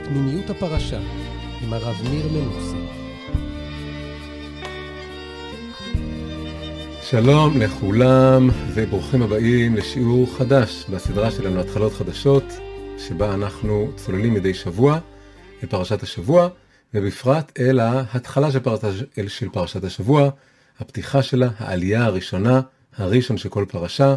פנימיות הפרשה עם הרב ניר מנוסי. שלום לכולם וברוכים הבאים לשיעור חדש בסדרה שלנו התחלות חדשות, שבה אנחנו צוללים מדי שבוע לפרשת השבוע, ובפרט אל ההתחלה של פרשת השבוע, הפתיחה שלה, העלייה הראשונה, הראשון של כל פרשה.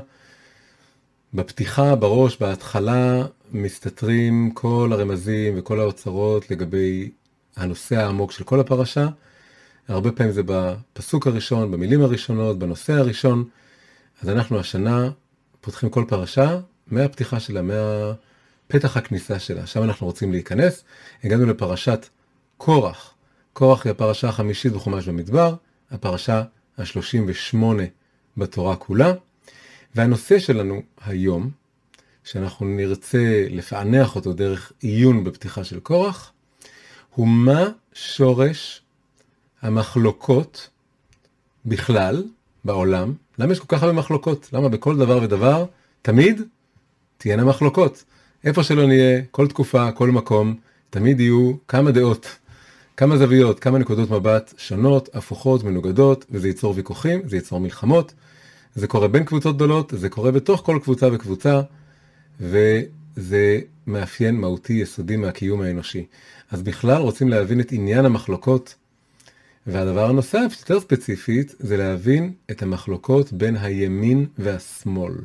בפתיחה, בראש, בהתחלה, מסתתרים כל הרמזים וכל האוצרות לגבי הנושא העמוק של כל הפרשה. הרבה פעמים זה בפסוק הראשון, במילים הראשונות, בנושא הראשון. אז אנחנו השנה פותחים כל פרשה מהפתיחה שלה, מהפתח הכניסה שלה. שם אנחנו רוצים להיכנס. הגענו לפרשת קורח. קורח היא הפרשה החמישית בחומש במדבר, הפרשה ה-38 בתורה כולה. והנושא שלנו היום, שאנחנו נרצה לפענח אותו דרך עיון בפתיחה של קורח, הוא מה שורש המחלוקות בכלל בעולם. למה יש כל כך הרבה מחלוקות? למה בכל דבר ודבר תמיד תהיינה מחלוקות? איפה שלא נהיה, כל תקופה, כל מקום, תמיד יהיו כמה דעות, כמה זוויות, כמה נקודות מבט שונות, הפוכות, מנוגדות, וזה ייצור ויכוחים, זה ייצור מלחמות. זה קורה בין קבוצות גדולות, זה קורה בתוך כל קבוצה וקבוצה, וזה מאפיין מהותי יסודי מהקיום האנושי. אז בכלל רוצים להבין את עניין המחלוקות, והדבר הנוסף, יותר ספציפית, זה להבין את המחלוקות בין הימין והשמאל.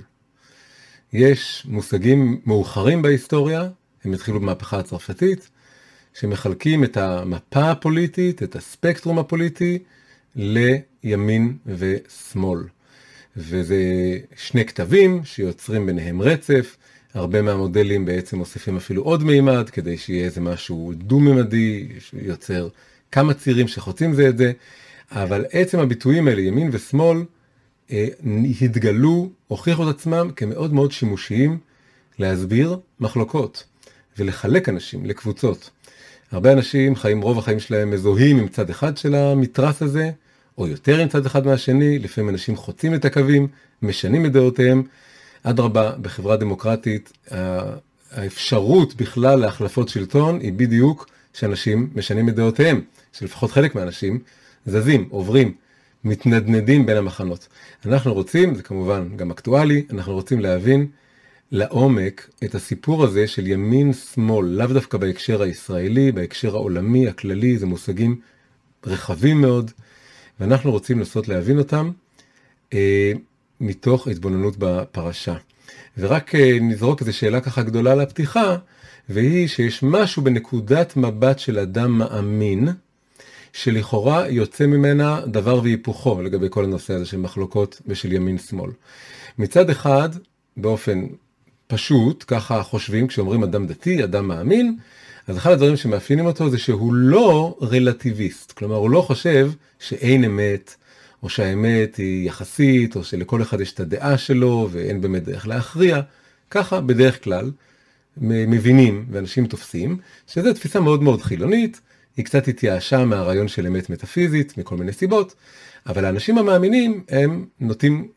יש מושגים מאוחרים בהיסטוריה, הם התחילו במהפכה הצרפתית, שמחלקים את המפה הפוליטית, את הספקטרום הפוליטי, לימין ושמאל. וזה שני כתבים שיוצרים ביניהם רצף, הרבה מהמודלים בעצם מוסיפים אפילו עוד מימד, כדי שיהיה איזה משהו דו-ממדי, שיוצר כמה צירים שחוצים זה את זה, אבל עצם הביטויים האלה, ימין ושמאל, התגלו, הוכיחו את עצמם כמאוד מאוד שימושיים להסביר מחלוקות, ולחלק אנשים לקבוצות. הרבה אנשים חיים, רוב החיים שלהם מזוהים עם צד אחד של המתרס הזה, או יותר עם צד אחד מהשני. לפעמים אנשים חוצים את הקווים, משנים את דעותיהם. אדרבה, בחברה דמוקרטית, האפשרות בכלל להחלפות שלטון היא בדיוק שאנשים משנים את דעותיהם, שלפחות חלק מהאנשים זזים, עוברים, מתנדנדים בין המחנות. אנחנו רוצים, זה כמובן גם אקטואלי, אנחנו רוצים להבין לעומק את הסיפור הזה של ימין-שמאל, לאו דווקא בהקשר הישראלי, בהקשר העולמי, הכללי, זה מושגים רחבים מאוד, ואנחנו רוצים לנסות להבין אותם מתוך התבוננות בפרשה. ורק נזרוק איזו שאלה ככה גדולה לפתיחה, והיא שיש משהו בנקודת מבט של אדם מאמין, שלכאורה יוצא ממנה דבר והיפוכו לגבי כל הנושא הזה של מחלוקות ושל ימין-שמאל. מצד אחד, באופן פשוט, ככה חושבים, כשאומרים אדם דתי, אדם מאמין, אז אחד הדברים שמאפיינים אותו זה שהוא לא רלטיביסט, כלומר הוא לא חושב שאין אמת, או שהאמת היא יחסית, או שלכל אחד יש את הדעה שלו, ואין באמת דרך להכריע. ככה בדרך כלל מבינים ואנשים תופסים, שזו תפיסה מאוד מאוד חילונית, היא קצת התייאשה מהרעיון של אמת מטאפיזית, מכל מיני סיבות, אבל האנשים המאמינים הם נוטים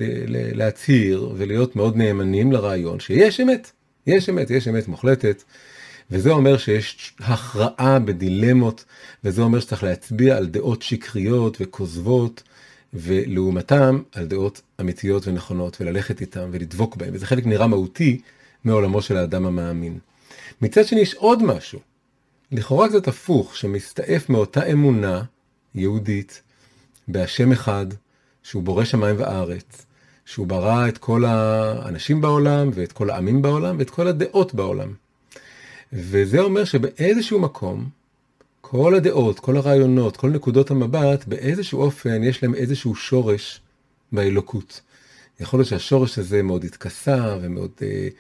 להצהיר ולהיות מאוד נאמנים לרעיון שיש אמת, יש אמת מוחלטת, וזה אומר שיש הכרעה בדילמות, וזה אומר שצריך להצביע על דעות שקריות וכוזבות, ולעומתם על דעות אמיתיות ונכונות, וללכת איתם ולדבוק בהם, וזה חלק נראה מהותי מעולמו של האדם המאמין. מצד שני יש עוד משהו, לכאורה קצת הפוך, שמסתעף מאותה אמונה יהודית, בהשם אחד, שהוא בורא שמיים וארץ, שהוא ברא את כל האנשים בעולם, ואת כל העמים בעולם, ואת כל הדעות בעולם. וזה אומר שבאיזשהו מקום, כל הדעות, כל הרעיונות, כל נקודות המבט, באיזשהו אופן יש להם איזשהו שורש באלוקות. יכול להיות שהשורש הזה מאוד התכסה ומאוד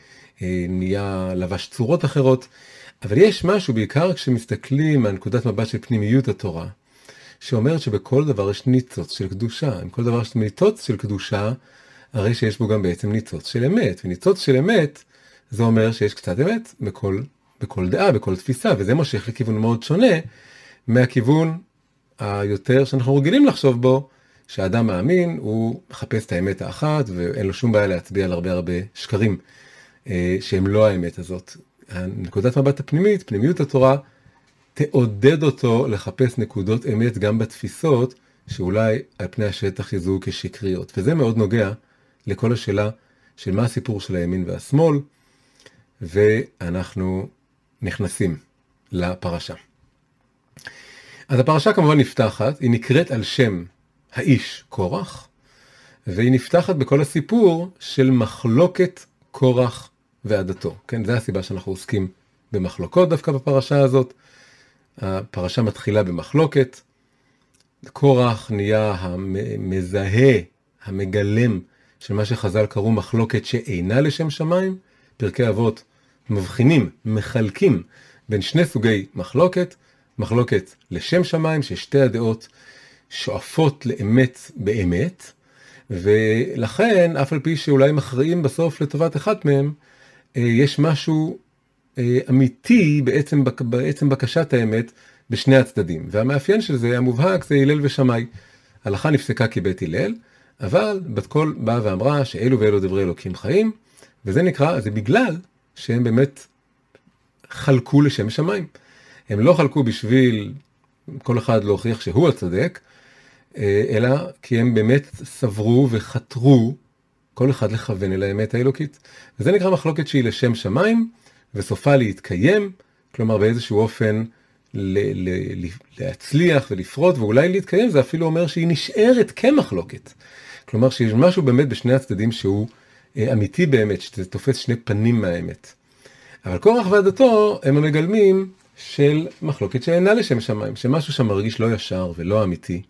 נהיה לבש צורות אחרות, אבל יש משהו, בעיקר כשמסתכלים מהנקודת מבט של פנימיות התורה, שאומרת שבכל דבר יש ניצוץ של קדושה. אם כל דבר יש ניצוץ של קדושה, הרי שיש בו גם בעצם ניצוץ של אמת. וניצוץ של אמת, זה אומר שיש קצת אמת בכל דעה, בכל תפיסה, וזה מושך לכיוון מאוד שונה מהכיוון היותר שאנחנו רגילים לחשוב בו, שהאדם מאמין, הוא מחפש את האמת האחת, ואין לו שום בעיה להצביע על הרבה שקרים, שהם לא האמת הזאת. נקודת מבט הפנימית, פנימיות התורה, תעודד אותו לחפש נקודות אמת גם בתפיסות, שאולי על פני השטח יזוהו כשקריות. וזה מאוד נוגע לכל השאלה של מה הסיפור של הימין והשמאל, ואנחנו נכנסים לפרשה. אז הפרשה כמובן נפתחת, היא נקראת על שם האיש קורח, והיא נפתחת בכל הסיפור של מחלוקת קורח ועדתו. כן, זה הסיבה שאנחנו עוסקים במחלוקות דווקא בפרשה הזאת. הפרשה מתחילה במחלוקת, קורח נהיה המזהה, המגלם של מה שחז"ל קראו מחלוקת שאינה לשם שמיים. פרקי אבות מבחינים, מחלקים בין שני סוגי מחלוקת, מחלוקת לשם שמיים, ששתי הדעות שואפות לאמת באמת, ולכן, אף על פי שאולי מכריעים בסוף לטובת אחת מהם, יש משהו אמיתי בעצם בקשת האמת בשני הצדדים. והמאפיין של זה, המובהק, זה הלל ושמאי. הלכה נפסקה כבית הלל, אבל בת קול באה ואמרה שאלו ואלו דברי אלוקים חיים, וזה נקרא, זה בגלל שהם באמת חלקו לשם שמיים. הם לא חלקו בשביל כל אחד להוכיח שהוא הצדק, אלא כי הם באמת סברו וחתרו כל אחד לכוון אל האמת האלוקית. וזה נקרא מחלוקת שהיא לשם שמיים, וסופה להתקיים, כלומר באיזשהו אופן להצליח ולפרוט, ואולי להתקיים, זה אפילו אומר שהיא נשארת כמחלוקת. כלומר שיש משהו באמת בשני הצדדים שהוא אמיתי באמת, שזה תופס שני פנים מהאמת. אבל קורח ועדתו הם המגלמים של מחלוקת שאינה לשם שמיים, שמשהו שם מרגיש לא ישר ולא אמיתי.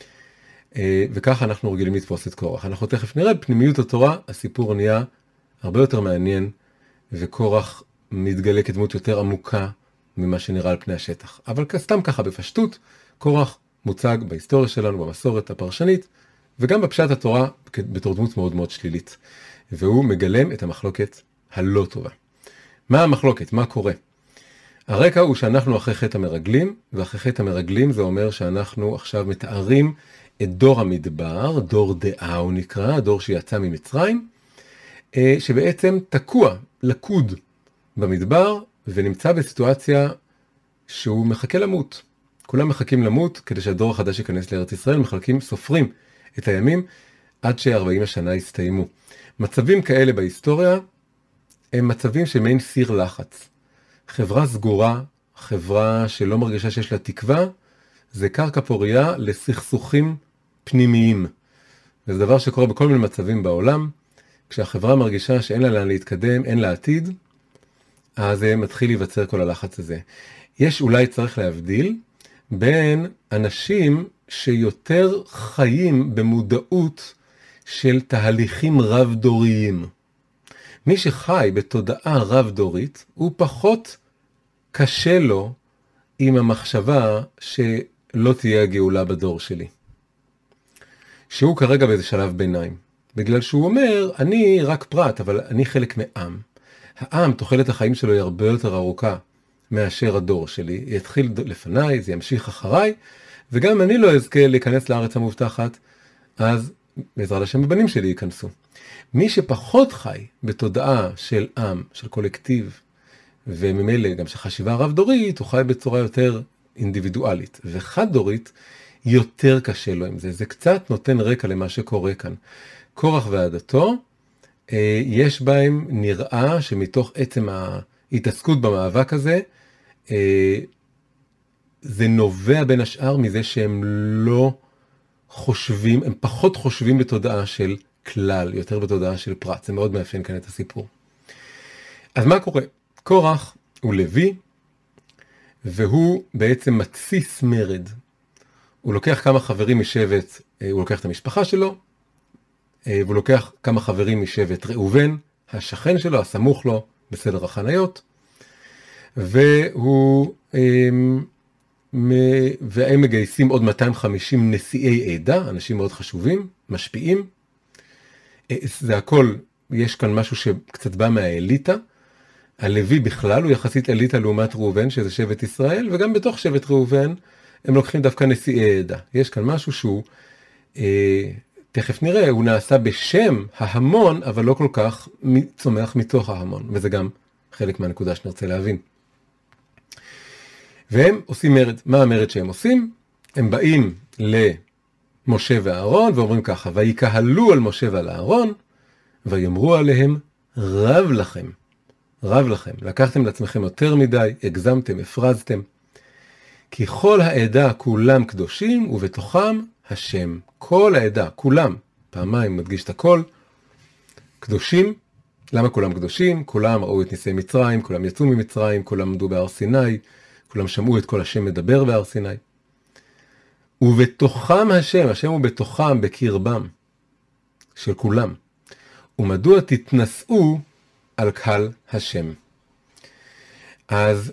וככה אנחנו רגילים לתפוס את קורח. אנחנו תכף נראה, בפנימיות התורה הסיפור נהיה הרבה יותר מעניין, וקורח מתגלה כדמות יותר עמוקה ממה שנראה על פני השטח. אבל סתם ככה בפשטות, קורח מוצג בהיסטוריה שלנו, במסורת הפרשנית, וגם בפשט התורה בתור דמות מאוד מאוד שלילית. והוא מגלם את המחלוקת הלא טובה. מה המחלוקת? מה קורה? הרקע הוא שאנחנו אחרי חטא המרגלים, ואחרי חטא המרגלים זה אומר שאנחנו עכשיו מתארים את דור המדבר, דור דעה הוא נקרא, הדור שיצא ממצרים, שבעצם תקוע, לקוד במדבר, ונמצא בסיטואציה שהוא מחכה למות. כולם מחכים למות כדי שהדור החדש ייכנס לארץ ישראל, סופרים את הימים עד ש40 השנה יסתיימו. מצבים כאלה בהיסטוריה הם מצבים שמעין סיר לחץ. חברה סגורה, חברה שלא מרגישה שיש לה תקווה, זה קרקע פוריה לסכסוכים פנימיים. וזה דבר שקורה בכל מיני מצבים בעולם. כשהחברה מרגישה שאין לה לאן להתקדם, אין לה עתיד, אז מתחיל להיווצר כל הלחץ הזה. יש אולי צריך להבדיל בין אנשים שיותר חיים במודעות של תהליכים רב-דוריים. מי שחי בתודעה רב-דורית, הוא פחות קשה לו עם המחשבה שלא תהיה הגאולה בדור שלי. שהוא כרגע באיזה שלב ביניים. בגלל שהוא אומר, אני רק פרט, אבל אני חלק מעם. העם, תוחלת החיים שלו היא הרבה יותר ארוכה מאשר הדור שלי. יתחיל לפניי, זה ימשיך אחריי, וגם אני לא אזכה להיכנס לארץ המובטחת, אז בעזרת השם הבנים שלי ייכנסו. מי שפחות חי בתודעה של עם, של קולקטיב, וממילא גם שחשיבה רב-דורית, הוא חי בצורה יותר אינדיבידואלית. וחד-דורית, יותר קשה לו עם זה. זה קצת נותן רקע למה שקורה כאן. קורח ועדתו, יש בהם נראה שמתוך עצם ההתעסקות במאבק הזה, זה נובע בין השאר מזה שהם לא חושבים, הם פחות חושבים בתודעה של כלל, יותר בתודעה של פרט. זה מאוד מאפיין כאן את הסיפור. אז מה קורה? קורח הוא לוי, והוא בעצם מתסיס מרד. הוא לוקח כמה חברים משבט, הוא לוקח את המשפחה שלו, והוא לוקח כמה חברים משבט ראובן, השכן שלו, הסמוך לו, בסדר החניות, והם מגייסים עוד 250 נשיאי עדה, אנשים מאוד חשובים, משפיעים. זה הכל, יש כאן משהו שקצת בא מהאליטה. הלוי בכלל הוא יחסית אליטה לעומת ראובן, שזה שבט ישראל, וגם בתוך שבט ראובן הם לוקחים דווקא נשיאי עדה. יש כאן משהו שהוא, תכף נראה, הוא נעשה בשם ההמון, אבל לא כל כך צומח מתוך ההמון. וזה גם חלק מהנקודה שנרצה להבין. והם עושים מרד. מה המרד שהם עושים? הם באים למשה ואהרון ואומרים ככה, ויקהלו על משה ועל אהרון, ויאמרו עליהם, רב לכם, רב לכם. לקחתם לעצמכם יותר מדי, הגזמתם, הפרזתם. כי כל העדה כולם קדושים, ובתוכם השם. כל העדה, כולם, פעמיים מדגיש את הכל, קדושים. למה כולם קדושים? כולם ראו את ניסי מצרים, כולם יצאו ממצרים, כולם עמדו בהר סיני, כולם שמעו את כל השם מדבר בהר סיני. ובתוכם השם, השם הוא בתוכם, בקרבם, של כולם. ומדוע תתנשאו על קהל השם? אז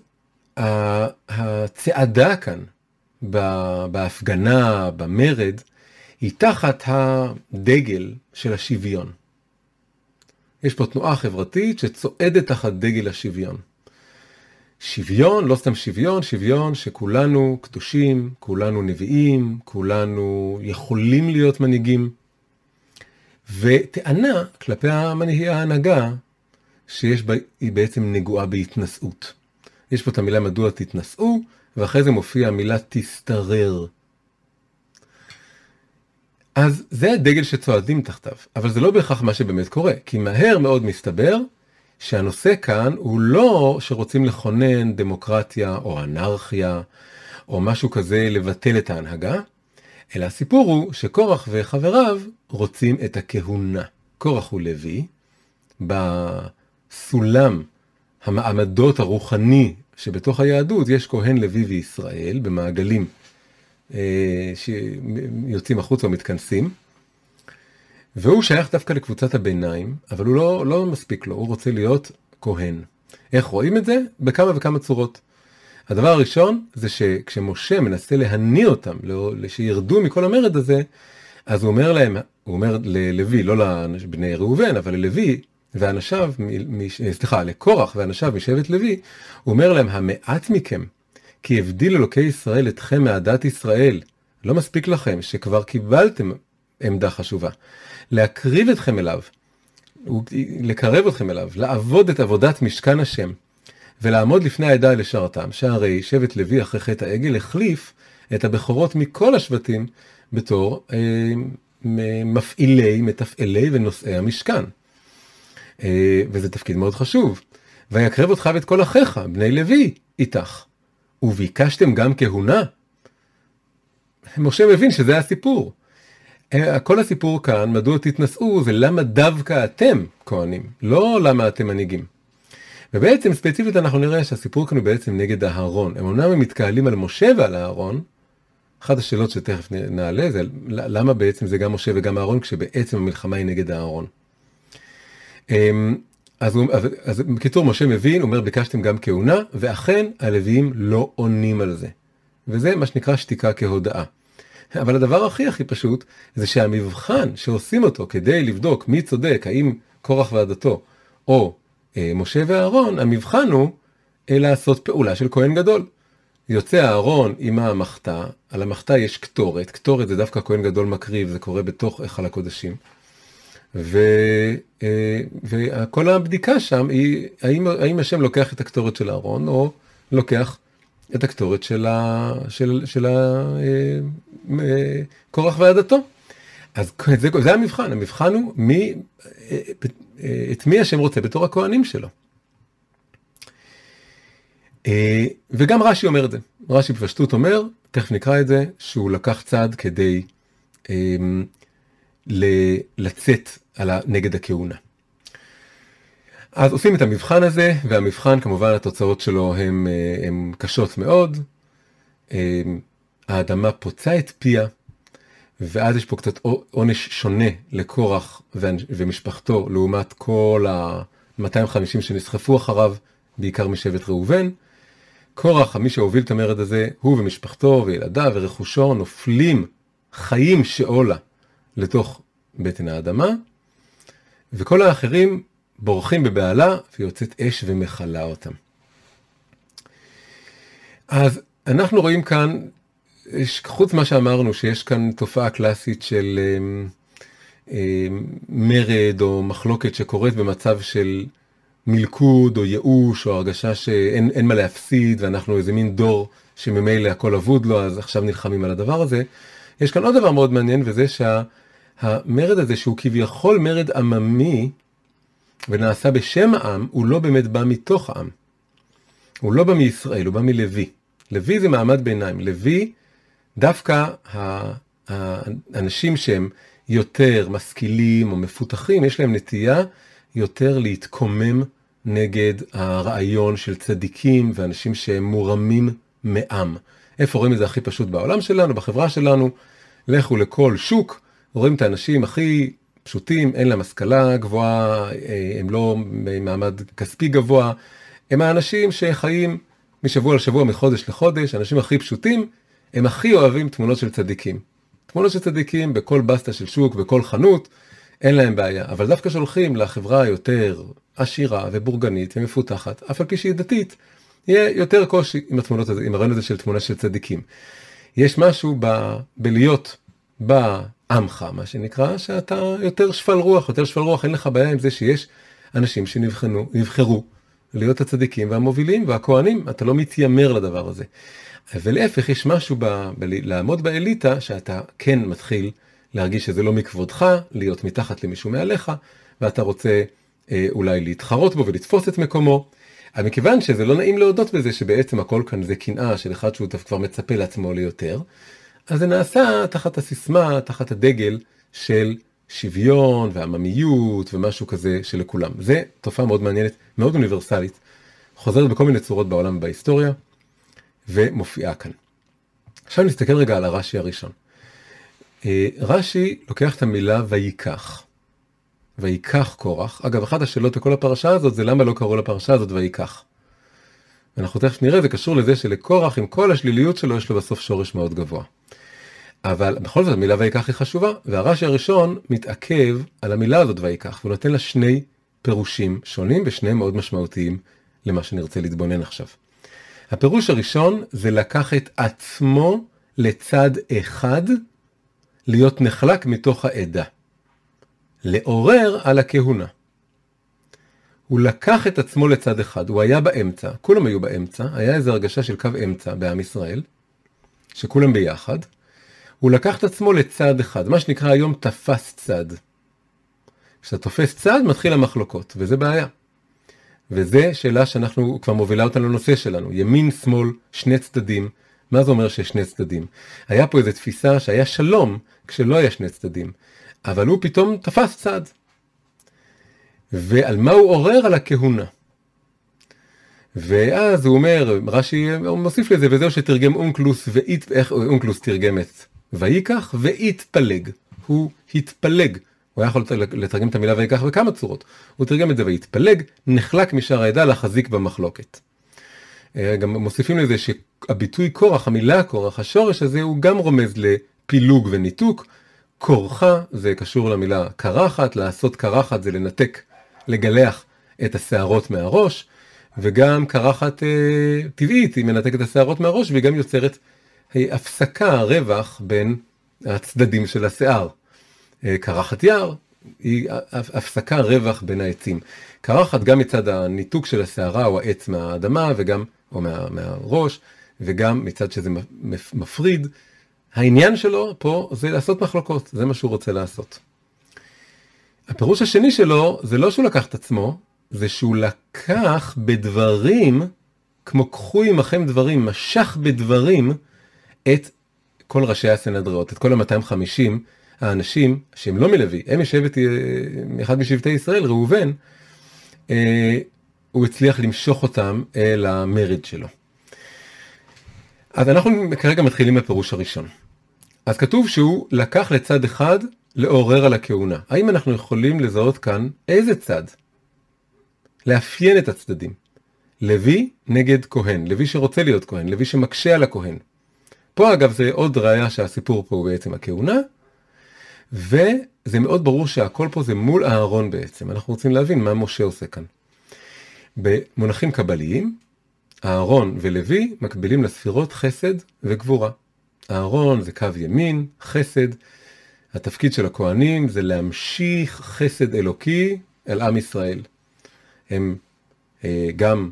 הצעדה כאן, בהפגנה, במרד, היא תחת הדגל של השוויון. יש פה תנועה חברתית שצועדת תחת דגל השוויון. שוויון, לא סתם שוויון, שוויון שכולנו קדושים, כולנו נביאים, כולנו יכולים להיות מנהיגים. וטענה כלפי ההנהגה היא בעצם נגועה בהתנשאות. יש פה את המילה מדוע תתנשאו, ואחרי זה מופיע המילה תסתרר. אז זה הדגל שצועדים תחתיו, אבל זה לא בהכרח מה שבאמת קורה, כי מהר מאוד מסתבר שהנושא כאן הוא לא שרוצים לכונן דמוקרטיה או אנרכיה, או משהו כזה לבטל את ההנהגה, אלא הסיפור הוא שקורח וחבריו רוצים את הכהונה. קורח הוא לוי, בסולם המעמדות הרוחני שבתוך היהדות יש כהן לוי וישראל במעגלים שיוצאים החוצה ומתכנסים, והוא שייך דווקא לקבוצת הביניים, אבל הוא לא מספיק לו, הוא רוצה להיות כהן. איך רואים את זה? בכמה וכמה צורות. הדבר הראשון זה שכשמשה מנסה להניא אותם, שירדו מכל המרד הזה, אז הוא אומר ללוי, לא לבני ראובן, אבל ללוי ואנשיו, לקורח ואנשיו משבט לוי, הוא אומר להם, המעט מכם, כי הבדיל אלוקי ישראל אתכם מעדת ישראל, לא מספיק לכם שכבר קיבלתם עמדה חשובה, להקריב אתכם אליו, לקרב אתכם אליו, לעבוד את עבודת משכן השם, ולעמוד לפני העדה לשרתם, שהרי שבט לוי אחרי חטא העגל החליף את הבכורות מכל השבטים בתור מתפעלי ונושאי המשכן. וזה תפקיד מאוד חשוב. ויקרב אותך ואת כל אחיך, בני לוי, איתך. וביקשתם גם כהונה? משה מבין שזה הסיפור. כל הסיפור כאן, מדוע תתנשאו, זה למה דווקא אתם כהנים, לא למה אתם מנהיגים. ובעצם ספציפית אנחנו נראה שהסיפור כאן הוא בעצם נגד אהרון. הם אומנם מתקהלים על משה ועל אהרון. אחת השאלות שתכף נעלה זה למה בעצם זה גם משה וגם אהרון, כשבעצם המלחמה היא נגד אהרון. אז בקיצור משה מבין, אומר ביקשתם גם כהונה, ואכן הלוויים לא עונים על זה. וזה מה שנקרא שתיקה כהודאה. אבל הדבר הכי פשוט זה שהמבחן שעושים אותו כדי לבדוק מי צודק, האם קורח ועדתו או משה ואהרון, המבחן הוא לעשות פעולה של כהן גדול. יוצא אהרון עם המחתה, על המחתה יש קטורת, קטורת זה דווקא כהן גדול מקריב, זה קורה בתוך היכל הקודשים. וכל הבדיקה שם היא, האם השם לוקח את הקטורת של אהרון, או לוקח את הקטורת של קורח ועדתו. אז זה המבחן, המבחן הוא את מי השם רוצה בתור הכהנים שלו. וגם רש"י אומר את זה, רש"י בפשטות אומר, תכף נקרא את זה, שהוא לקח צעד כדי לצאת נגד הכהונה. אז עושים את המבחן הזה, והמבחן כמובן התוצאות שלו הן קשות מאוד. האדמה פוצעה את פיה, ואז יש פה קצת עונש שונה לקורח ומשפחתו, לעומת כל ה-250 שנסחפו אחריו, בעיקר משבט ראובן. קורח, מי שהוביל את המרד הזה, הוא ומשפחתו וילדיו ורכושו נופלים חיים שאולה לתוך בטן האדמה, וכל האחרים בורחים בבעלה ויוצאת אש ומחלה אותם. אז אנחנו רואים כאן, חוץ מה שאמרנו, שיש כאן תופעה קלאסית של מרד או מחלוקת שקורית במצב של מלכוד או ייאוש או הרגשה שאין מה להפסיד ואנחנו איזה מין דור שממילא הכל אבוד לו, אז עכשיו נלחמים על הדבר הזה. יש כאן עוד דבר מאוד מעניין, וזה שהמרד הזה שהוא כביכול מרד עממי ונעשה בשם העם, הוא לא באמת בא מתוך העם. הוא לא בא מישראל, הוא בא מלוי. לוי זה מעמד ביניים. לוי, דווקא האנשים שהם יותר משכילים או מפותחים, יש להם נטייה יותר להתקומם נגד הרעיון של צדיקים ואנשים שהם מורמים מעם. איפה רואים את זה הכי פשוט בעולם שלנו, בחברה שלנו? לכו לכל שוק, רואים את האנשים הכי פשוטים, אין להם השכלה גבוהה, הם לא במעמד כספי גבוה, הם האנשים שחיים משבוע לשבוע, מחודש לחודש, האנשים הכי פשוטים, הם הכי אוהבים תמונות של צדיקים. תמונות של צדיקים בכל בסטה של שוק, בכל חנות, אין להם בעיה. אבל דווקא שהולכים לחברה יותר עשירה ובורגנית ומפותחת, אף על פי שהיא דתית, יהיה יותר קושי עם התמונות הזה, עם הרעיון הזה של תמונה של צדיקים. יש משהו בלהיות בעמך, מה שנקרא, שאתה יותר שפל רוח, אין לך בעיה עם זה שיש אנשים שנבחרו להיות הצדיקים והמובילים והכהנים, אתה לא מתיימר לדבר הזה. ולהפך, יש משהו לעמוד באליטה, שאתה כן מתחיל להרגיש שזה לא מכבודך, להיות מתחת למישהו מעליך, ואתה רוצה אולי להתחרות בו ולתפוס את מקומו. אבל מכיוון שזה לא נעים להודות בזה, שבעצם הכל כאן זה קנאה של אחד שהוא כבר מצפה לעצמו ליותר, אז זה נעשה תחת הסיסמה, תחת הדגל של שוויון ועממיות ומשהו כזה שלכולם. זה תופעה מאוד מעניינת, מאוד אוניברסלית, חוזרת בכל מיני צורות בעולם ובהיסטוריה, ומופיעה כאן. עכשיו נסתכל רגע על הרש"י הראשון. רש"י לוקח את המילה ויקח. ויקח קורח. אגב, אחת השאלות בכל הפרשה הזאת זה למה לא קראו לפרשה הזאת ויקח. אנחנו תכף נראה, זה קשור לזה שלקורח עם כל השליליות שלו יש לו בסוף שורש מאוד גבוה. אבל בכל זאת המילה ויקח היא חשובה, והרש"י הראשון מתעכב על המילה הזאת ויקח, והוא נותן לה שני פירושים שונים ושניהם מאוד משמעותיים למה שנרצה להתבונן עכשיו. הפירוש הראשון זה לקח את עצמו לצד אחד, להיות נחלק מתוך העדה. לעורר על הכהונה. הוא לקח את עצמו לצד אחד, הוא היה באמצע, כולם היו באמצע, היה איזו הרגשה של קו אמצע בעם ישראל, שכולם ביחד. הוא לקח את עצמו לצד אחד, מה שנקרא היום תפס צד. כשאתה תופס צד מתחיל המחלוקות, וזה בעיה. וזה שאלה שאנחנו כבר מובילה אותנו לנושא שלנו, ימין, שמאל, שני צדדים. מה זה אומר שיש שני צדדים? היה פה איזו תפיסה שהיה שלום כשלא היה שני צדדים, אבל הוא פתאום תפס צד. ועל מה הוא עורר? על הכהונה. ואז הוא אומר, רש"י מוסיף לזה, וזהו שתרגם אונקלוס, איך אונקלוס תרגם את ויקח? והתפלג. הוא התפלג. הוא היה יכול לתרגם את המילה ויקח בכמה צורות. הוא תרגם את זה והתפלג, נחלק משאר העדה להחזיק במחלוקת. גם מוסיפים לזה שהביטוי קורח, המילה קורח, השורש הזה הוא גם רומז לפילוג וניתוק. קורחה זה קשור למילה קרחת, לעשות קרחת זה לנתק, לגלח את השערות מהראש, וגם קרחת טבעית היא מנתקת את השערות מהראש, והיא גם יוצרת הפסקה, רווח בין הצדדים של השיער. קרחת יער היא הפסקה, רווח בין העצים. קרחת גם מצד הניתוק של השערה או העץ מהאדמה, וגם, או מהראש, וגם מצד שזה מפריד. העניין שלו פה זה לעשות מחלוקות, זה מה שהוא רוצה לעשות. הפירוש השני שלו זה לא שהוא לקח את עצמו, זה שהוא לקח בדברים, כמו קחו עמכם דברים, משך בדברים את כל ראשי הסנהדריות, את כל ה-250 האנשים שהם לא מלוי, הם ישבת אחד משבטי ישראל, ראובן, הוא הצליח למשוך אותם אל המרד שלו. אז אנחנו כרגע מתחילים מהפירוש הראשון. אז כתוב שהוא לקח לצד אחד לעורר על הכהונה. האם אנחנו יכולים לזהות כאן איזה צד? לאפיין את הצדדים. לוי נגד כהן, לוי שרוצה להיות כהן, לוי שמקשה על הכהן. פה אגב זה עוד ראיה שהסיפור פה הוא בעצם הכהונה, וזה מאוד ברור שהכל פה זה מול הארון בעצם. אנחנו רוצים להבין מה משה עושה כאן. במונחים קבליים, הארון ולוי מקבילים לספירות חסד וגבורה. הארון זה קו ימין, חסד. התפקיד של הכהנים זה להמשיך חסד אלוקי אל עם ישראל. הם גם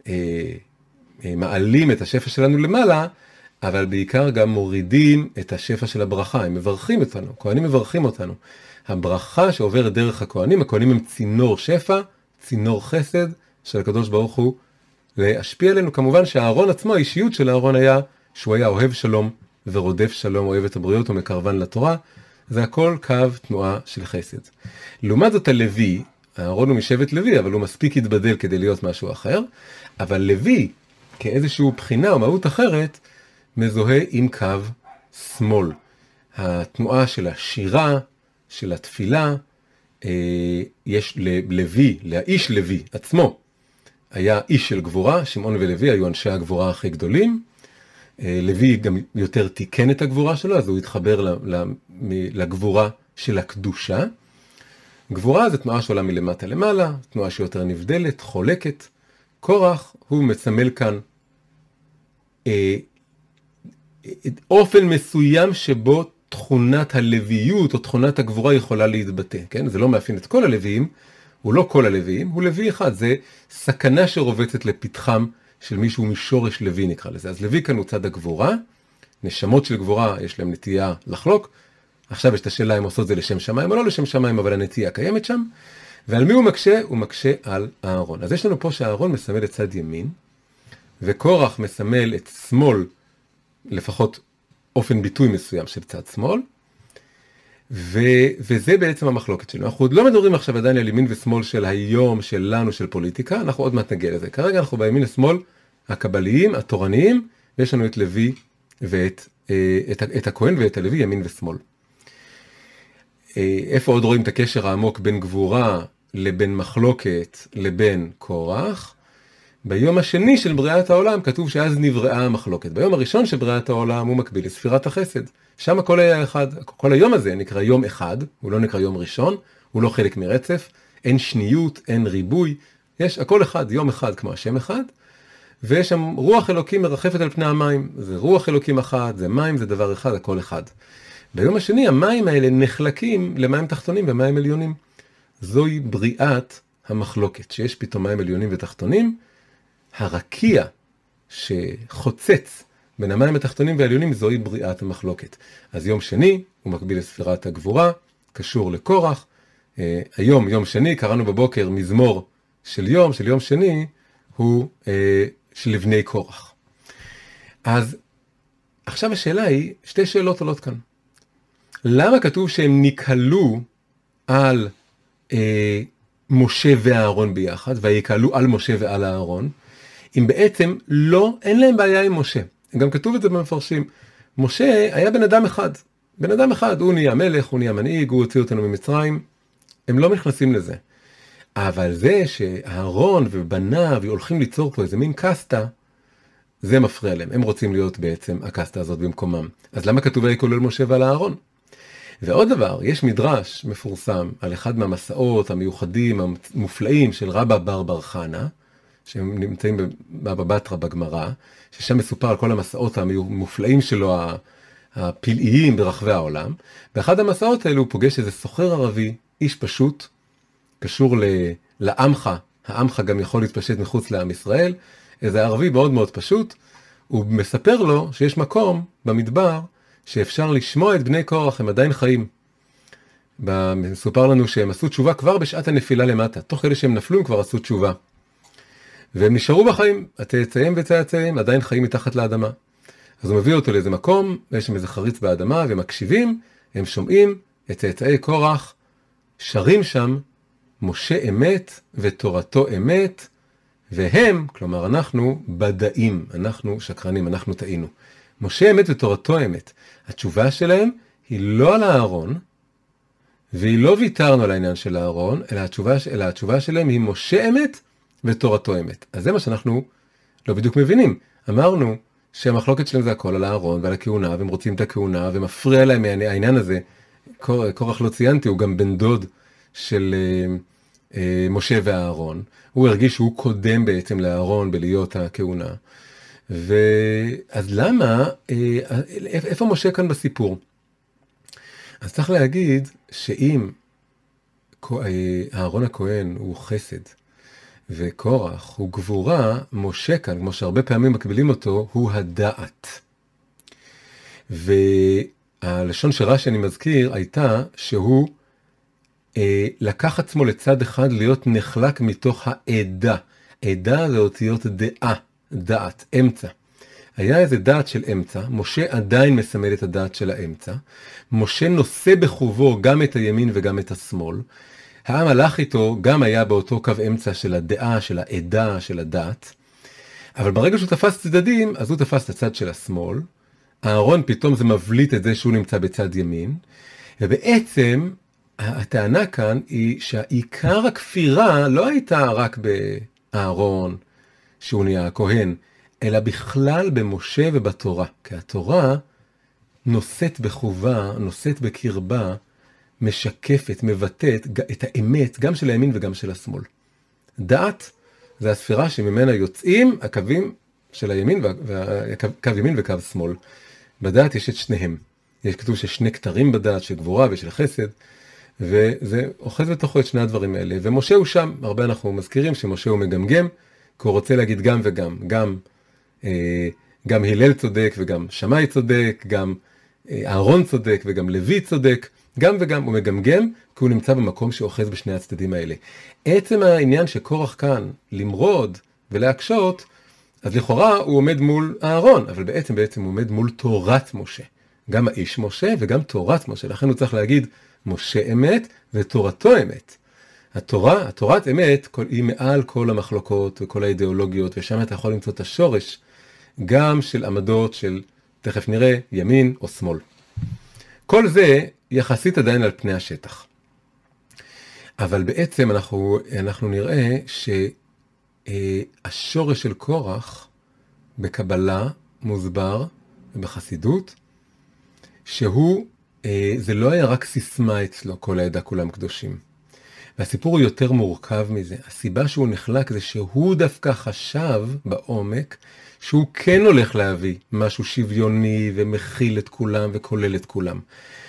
מעלים את השפע שלנו למעלה, אבל בעיקר גם מורידים את השפע של הברכה. הם מברכים אותנו, כהנים מברכים אותנו. הברכה שעוברת דרך הכהנים, הכהנים הם צינור שפע, צינור חסד של הקדוש ברוך הוא להשפיע עלינו. כמובן שהארון עצמו, האישיות של הארון היה שהוא היה אוהב שלום ורודף שלום, אוהב את הבריות ומקרבן לתורה. זה הכל קו תנועה של חסד. לעומת זאת הלוי, הארון הוא משבט לוי, אבל הוא מספיק התבדל כדי להיות משהו אחר. אבל לוי, כאיזשהו בחינה או מהות אחרת, מזוהה עם קו שמאל. התנועה של השירה, של התפילה, יש ללוי, לאיש לוי עצמו, היה איש של גבורה, שמעון ולוי היו אנשי הגבורה הכי גדולים, לוי גם יותר תיקן את הגבורה שלו, אז הוא התחבר לגבורה של הקדושה. גבורה זה תנועה שעולה מלמטה למעלה, תנועה שיותר נבדלת, חולקת. קורח הוא מסמל כאן אופן מסוים שבו תכונת הלוויות או תכונת הגבורה יכולה להתבטא, כן? זה לא מאפיין את כל הלוויים, הוא לא כל הלוויים, הוא לוי אחד, זה סכנה שרובצת לפתחם של מישהו משורש לוי נקרא לזה. אז לוי כאן הוא צד הגבורה, נשמות של גבורה יש להם נטייה לחלוק, עכשיו יש את השאלה אם עושות זה לשם שמיים או לא לשם שמיים, אבל הנטייה קיימת שם, ועל מי הוא מקשה? הוא מקשה על הארון. אז יש לנו פה שהארון מסמל את צד ימין, וקורח מסמל את שמאל, לפחות אופן ביטוי מסוים של צד שמאל, וזה בעצם המחלוקת שלנו. אנחנו עוד לא מדברים עכשיו עדיין על ימין ושמאל של היום, שלנו, של פוליטיקה, אנחנו עוד מעט נגיע לזה. כרגע אנחנו בימין ושמאל הקבליים, התורניים, ויש לנו את לוי את הכהן ואת הלוי, ימין ושמאל. איפה עוד רואים את הקשר העמוק בין גבורה לבין מחלוקת לבין קורח? ביום השני של בריאת העולם כתוב שאז נבראה המחלוקת. ביום הראשון של בריאת העולם הוא מקביל לספירת החסד. שם הכל היה אחד. כל היום הזה נקרא יום אחד, הוא לא נקרא יום ראשון, הוא לא חלק מרצף, אין שניות, אין ריבוי, יש הכל אחד, יום אחד כמו השם אחד, ויש שם רוח אלוקים מרחפת על פני המים. זה רוח אלוקים אחד, זה מים, זה דבר אחד, הכל אחד. ביום השני המים האלה נחלקים למים תחתונים ומים עליונים. זוהי בריאת המחלוקת, שיש פתאום מים עליונים ותחתונים. הרקיע שחוצץ בין המים התחתונים והעליונים זוהי בריאת המחלוקת. אז יום שני הוא מקביל לספירת הגבורה, קשור לקורח. היום, יום שני, קראנו בבוקר מזמור של יום שני, הוא של לבני קורח. אז עכשיו השאלה היא, שתי שאלות עולות כאן. למה כתוב שהם נקהלו על משה והארון ביחד, ויקהלו על משה ועל הארון, אם בעצם אין להם בעיה עם משה. גם כתוב את זה במפרשים. משה היה בן אדם אחד, הוא נהיה מלך, הוא נהיה מנהיג, הוא הוציא אותנו ממצרים, הם לא נכנסים לזה. אבל זה שהארון ובניו הולכים ליצור פה איזה מין קסטה, זה מפריע להם, הם רוצים להיות בעצם הקסטה הזאת במקומם. אז למה כתוב ויקהלו על משה ועל הארון? ועוד דבר, יש מדרש מפורסם על אחד מהמסעות המיוחדים המופלאים של רבא בר חנה, שהם נמצאים בבבא בתרא בגמרא, ששם מסופר על כל המסעות המופלאים שלו, הפלאיים ברחבי העולם. באחד המסעות האלו הוא פוגש איזה סוחר ערבי, איש פשוט, קשור לעמך, העמך גם יכול להתפשט מחוץ לעם ישראל, איזה ערבי מאוד מאוד פשוט, הוא מספר לו שיש מקום במדבר, שאפשר לשמוע את בני קורח, הם עדיין חיים. מסופר לנו שהם עשו תשובה כבר בשעת הנפילה למטה, תוך כדי שהם נפלו הם כבר עשו תשובה. והם נשארו בחיים, הצאצאים וצאצאים עדיין חיים מתחת לאדמה. אז הוא מביא אותו לאיזה מקום, ויש שם איזה חריץ באדמה, והם מקשיבים, הם שומעים את צאצאי קורח, שרים שם, משה אמת ותורתו אמת, והם, כלומר אנחנו בדאים, אנחנו שקרנים, אנחנו טעינו. משה אמת ותורתו אמת. התשובה שלהם היא לא על הארון, והיא לא ויתרנו על העניין של הארון, אלא התשובה שלהם היא משה אמת ותורתו אמת. אז זה מה שאנחנו לא בדיוק מבינים. אמרנו שהמחלוקת שלהם זה הכל על הארון ועל הכהונה, והם רוצים את הכהונה, ומפריע להם העניין הזה. קורח לא ציינתי, הוא גם בן דוד של משה והארון. הוא הרגיש שהוא קודם בעצם לארון בלהיות הכהונה. אז למה, איפה משה כאן בסיפור? אז צריך להגיד שאם אהרון הכהן הוא חסד, וקורח הוא גבורה, משה כאן, כמו שהרבה פעמים מקבילים אותו, הוא הדעת. והלשון שרש"י אני מזכיר הייתה שהוא לקח עצמו לצד אחד להיות נחלק מתוך העדה. עדה זה אותיות דעה, דעת, אמצע. היה איזה דעת של אמצע, משה עדיין מסמל את הדעת של האמצע, משה נושא בחובו גם את הימין וגם את השמאל, העם הלך איתו, גם היה באותו קו אמצע של הדעה, של העדה, של הדעת, אבל ברגע שהוא תפס צדדים, אז הוא תפס את הצד של השמאל, אהרון פתאום זה מבליט את זה שהוא נמצא בצד ימין, ובעצם הטענה כאן היא שהעיקר הכפירה לא הייתה רק באהרון, שהוא נהיה הכהן, אלא בכלל במשה ובתורה. כי התורה נושאת בחובה, נושאת בקרבה, משקפת, מבטאת את האמת, גם של הימין וגם של השמאל. דעת זה הספירה שממנה יוצאים הקווים של הימין, קו ימין וקו שמאל. בדעת יש את שניהם. יש כתוב ששני כתרים בדעת, של גבורה ושל חסד, וזה אוחז בתוכו את שני הדברים האלה. ומשה הוא שם, הרבה אנחנו מזכירים שמשה הוא מגמגם, כי הוא רוצה להגיד גם וגם, גם הלל צודק וגם שמאי צודק, גם אהרון צודק וגם לוי צודק, גם וגם הוא מגמגם, כי הוא נמצא במקום שאוחז בשני הצדדים האלה. עצם העניין שקורח כאן למרוד ולהקשות, אז לכאורה הוא עומד מול אהרון, אבל בעצם הוא עומד מול תורת משה. גם האיש משה וגם תורת משה, לכן הוא צריך להגיד משה אמת ותורתו אמת. התורת אמת היא מעל כל המחלוקות וכל האידיאולוגיות, ושם אתה יכול למצוא את השורש גם של עמדות של, תכף נראה, ימין או שמאל. כל זה יחסית עדיין על פני השטח. אבל בעצם אנחנו נראה שהשורש של קורח בקבלה מוסבר ובחסידות, שהוא, זה לא היה רק סיסמה אצלו, כל העדה כולם קדושים. והסיפור הוא יותר מורכב מזה. הסיבה שהוא נחלק זה שהוא דווקא חשב בעומק שהוא כן הולך להביא משהו שוויוני ומכיל את כולם וכולל את כולם.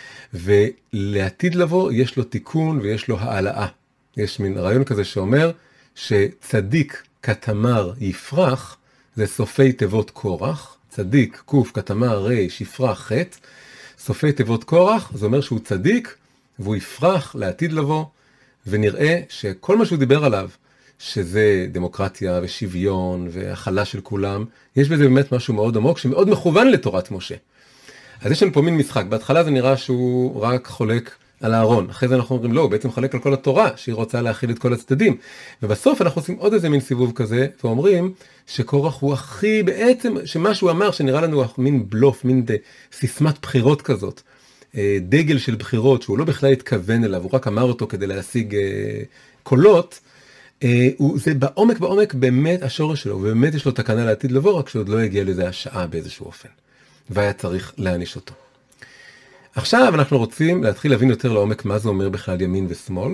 ולעתיד לבוא יש לו תיקון ויש לו העלאה. יש מין רעיון כזה שאומר שצדיק כתמר יפרח, זה סופי תיבות קורח, צדיק קוף כתמר ריש יפרח חטא, סופי תיבות קורח, זה אומר שהוא צדיק והוא יפרח לעתיד לבוא, ונראה שכל מה שהוא דיבר עליו, שזה דמוקרטיה ושוויון והחלה של כולם, יש בזה באמת משהו מאוד עמוק שמאוד מכוון לתורת משה. אז יש לנו פה מין משחק, בהתחלה זה נראה שהוא רק חולק על אהרון, אחרי זה אנחנו אומרים לא, הוא בעצם חולק על כל התורה, שהיא רוצה להכיל את כל הצדדים, ובסוף אנחנו עושים עוד איזה מין סיבוב כזה, ואומרים שקורח הוא הכי בעצם, שמה שהוא אמר שנראה לנו מין בלוף, מין סיסמת בחירות כזאת, דגל של בחירות שהוא לא בכלל התכוון אליו, הוא רק אמר אותו כדי להשיג קולות, זה בעומק באמת השורש שלו, ובאמת יש לו תקנה לעתיד לבוא, רק שעוד לא הגיע לזה השעה באיזשהו אופן, והיה צריך להעניש אותו. עכשיו אנחנו רוצים להתחיל להבין יותר לעומק מה זה אומר בכלל ימין ושמאל,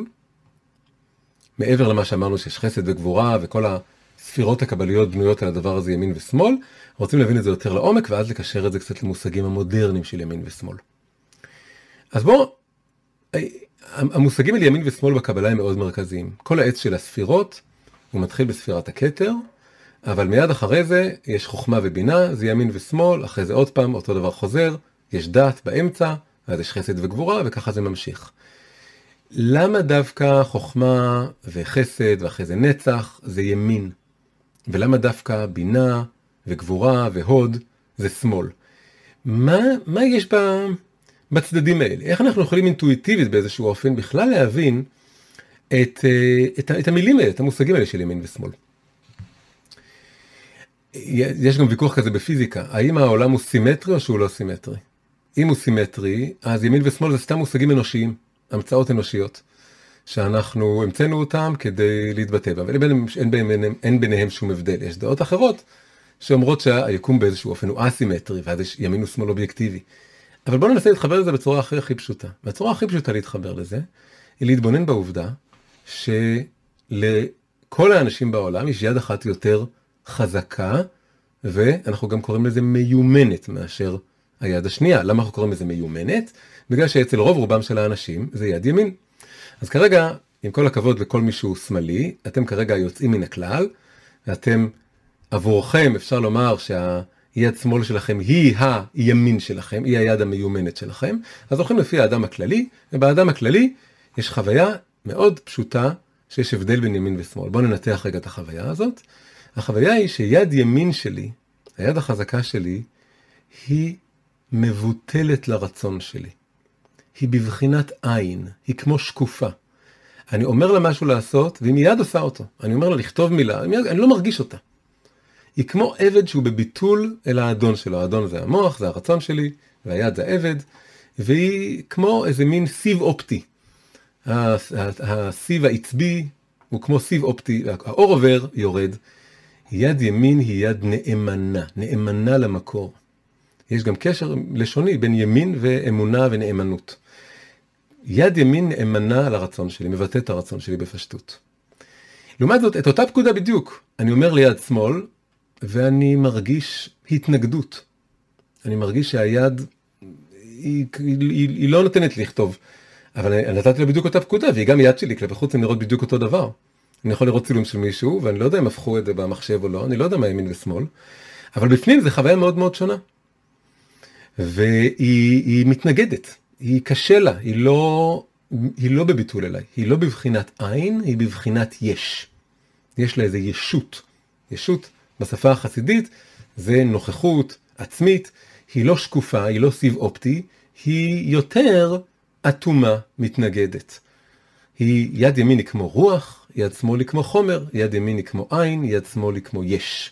מעבר למה שאמרנו שיש חסד וגבורה וכל הספירות הקבליות בנויות על הדבר הזה ימין ושמאל, רוצים להבין את זה יותר לעומק ואז לקשר את זה קצת למושגים המודרניים של ימין ושמאל. אז המושגים על ימין ושמאל בקבלה הם מאוד מרכזיים. כל העץ של הספירות, הוא מתחיל בספירת הכתר, אבל מיד אחרי זה יש חוכמה ובינה, זה ימין ושמאל, אחרי זה עוד פעם, אותו דבר חוזר, יש דת באמצע, אז יש חסד וגבורה, וככה זה ממשיך. למה דווקא חוכמה וחסד ואחרי זה נצח זה ימין? ולמה דווקא בינה וגבורה והוד זה שמאל? מה יש בצדדים האלה? איך אנחנו יכולים אינטואיטיבית באיזשהו אופן בכלל להבין את המילים האלה, את המושגים האלה של ימין ושמאל? יש גם ויכוח כזה בפיזיקה, האם העולם הוא סימטרי או שהוא לא סימטרי? אם הוא סימטרי, אז ימין ושמאל זה סתם מושגים אנושיים, המצאות אנושיות, שאנחנו המצאנו אותם כדי להתבטא בהם, אין ביניהם שום הבדל. יש דעות אחרות שאומרות שהיקום באיזשהו אופן הוא אסימטרי, ואז יש ימין ושמאל אובייקטיבי. אבל בואו ננסה להתחבר לזה בצורה הכי פשוטה. והצורה הכי פשוטה להתחבר לזה, היא להתבונן בעובדה שלכל האנשים בעולם יש יד אחת יותר חזקה, ואנחנו גם קוראים לזה מיומנת מאשר היד השנייה. למה אנחנו קוראים לזה מיומנת? בגלל שאצל רוב רובם של האנשים זה יד ימין. אז כרגע עם כל הכבוד לכל מישהו שמאלי, אתם כרגע יוצאים מן הכלל, ואתם עבורכם אפשר לומר שהיד שמאל שלכם היא הימין שלכם, היא היד המיומנת שלכם, אז הולכים לפי האדם הכללי, ובאדם הכללי יש חוויה מאוד פשוטה שיש הבדל בין ימין ושמאל. בואו ננתח רגע את החוויה הזאת. החוויה היא שיד ימין שלי, היד החזקה שלי, היא מבוטלת לרצון שלי. היא בבחינת עין, היא כמו שקופה. אני אומר לה משהו לעשות, והיא מיד עושה אותו. אני אומר לה לכתוב מילה, אני לא מרגיש אותה. היא כמו עבד שהוא בביטול אל האדון שלו. האדון זה המוח, זה הרצון שלי, והיד זה העבד, והיא כמו איזה מין סיב אופטי. הסיב העצבי הוא כמו סיב אופטי, האור עובר, יורד. יד ימין היא יד נאמנה, נאמנה למקור. יש גם קשר לשוני בין ימין ואמונה ונאמנות. יד ימין נאמנה לרצון שלי, מבטא את הרצון שלי בפשטות. לעומת זאת, את אותה פקודה בדיוק, אני אומר ליד שמאל, ואני מרגיש התנגדות. אני מרגיש שהיד היא לא נותנת לי לכתוב, אבל אני נתתי לה בדיוק אותה פקודה, והיא גם יד שלי, כלפי חוץ, הן נראות בדיוק אותו דבר. אני יכול לראות צילום של מישהו, ואני לא יודע אם הפכו את זה במחשב או לא, אני לא יודע מה ימין ושמאל, אבל בפנים זה חוויה מאוד מאוד שונה. והיא מתנגדת, היא קשה לה, היא לא בביטול אליי, היא לא בבחינת עין, היא בבחינת יש. יש לה איזה ישות. ישות בשפה החסידית זה נוכחות עצמית, היא לא שקופה, היא לא סיב אופטי, היא יותר אטומה מתנגדת. יד ימין היא כמו רוח, יד שמאל היא כמו חומר, יד ימין היא כמו עין, יד שמאל היא כמו יש.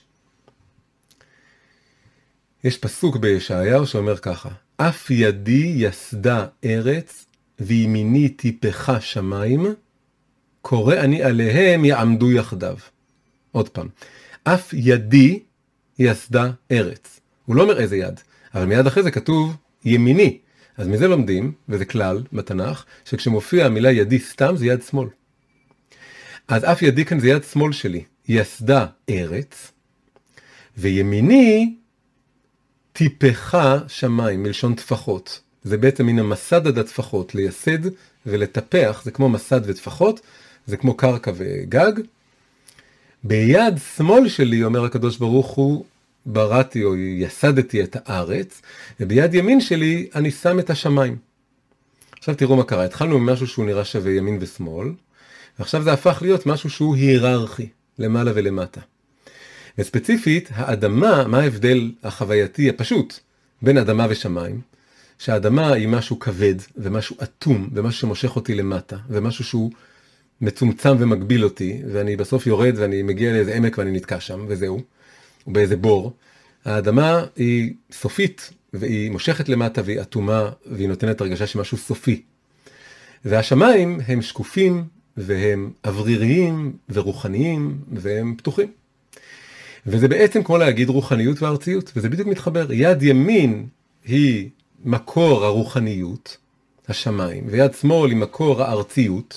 יש פסוק בישעיהו שאומר ככה, אף ידי יסדה ארץ, וימיני טיפחה שמיים, קורא אני עליהם יעמדו יחדיו. עוד פעם, אף ידי יסדה ארץ. הוא לא אומר איזה יד, אבל מיד אחרי זה כתוב ימיני. אז מזה לומדים, וזה כלל בתנ"ך, שכשמופיע המילה ידי סתם זה יד שמאל. אז אף ידי כאן זה יד שמאל שלי, יסדה ארץ, וימיני טיפחה שמיים, מלשון טפחות. זה בעצם מן המסד עד הטפחות, לייסד ולטפח, זה כמו מסד וטפחות, זה כמו קרקע וגג. ביד שמאל שלי, אומר הקדוש ברוך הוא, בראתי או יסדתי את הארץ, וביד ימין שלי אני שם את השמיים. עכשיו תראו מה קרה, התחלנו ממשהו שהוא נראה שווה ימין ושמאל, ועכשיו זה הפך להיות משהו שהוא היררכי, למעלה ולמטה. וספציפית, האדמה, מה ההבדל החווייתי הפשוט בין אדמה ושמיים? שהאדמה היא משהו כבד ומשהו אטום ומשהו שמושך אותי למטה ומשהו שהוא מצומצם ומגביל אותי, ואני בסוף יורד ואני מגיע לאיזה עמק ואני נתקע שם וזהו, ובאיזה בור. האדמה היא סופית והיא מושכת למטה והיא אטומה והיא נותנת הרגשה שמשהו סופי. והשמיים הם שקופים והם אווריריים ורוחניים והם פתוחים. וזה בעצם כמו להגיד רוחניות וארציות, וזה בדיוק מתחבר. יד ימין היא מקור הרוחניות, השמיים, ויד שמאל היא מקור הארציות,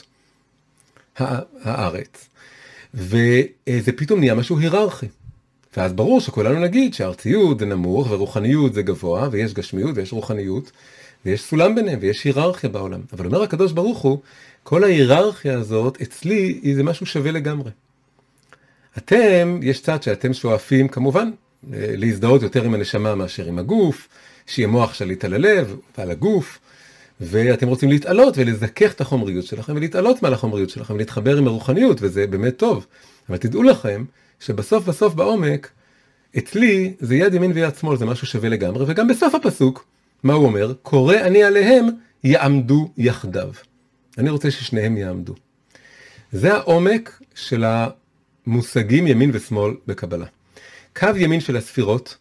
הארץ. וזה פתאום נהיה משהו היררכי. ואז ברור שכולנו נגיד שהארציות זה נמוך ורוחניות זה גבוה, ויש גשמיות ויש רוחניות, ויש סולם ביניהם ויש היררכיה בעולם. אבל אומר הקדוש ברוך הוא, כל ההיררכיה הזאת אצלי היא זה משהו שווה לגמרי. אתם, יש צד שאתם שואפים כמובן להזדהות יותר עם הנשמה מאשר עם הגוף, שיהיה מוח שליט על הלב ועל הגוף, ואתם רוצים להתעלות ולזכך את החומריות שלכם ולהתעלות מעל החומריות שלכם ולהתחבר עם הרוחניות, וזה באמת טוב. אבל תדעו לכם שבסוף בעומק, אצלי זה יד ימין ויד שמאל, זה משהו שווה לגמרי, וגם בסוף הפסוק, מה הוא אומר? קורא אני עליהם יעמדו יחדיו. אני רוצה ששניהם יעמדו. זה העומק של המושגים ימין ושמאל בקבלה. קו ימין של הספירות,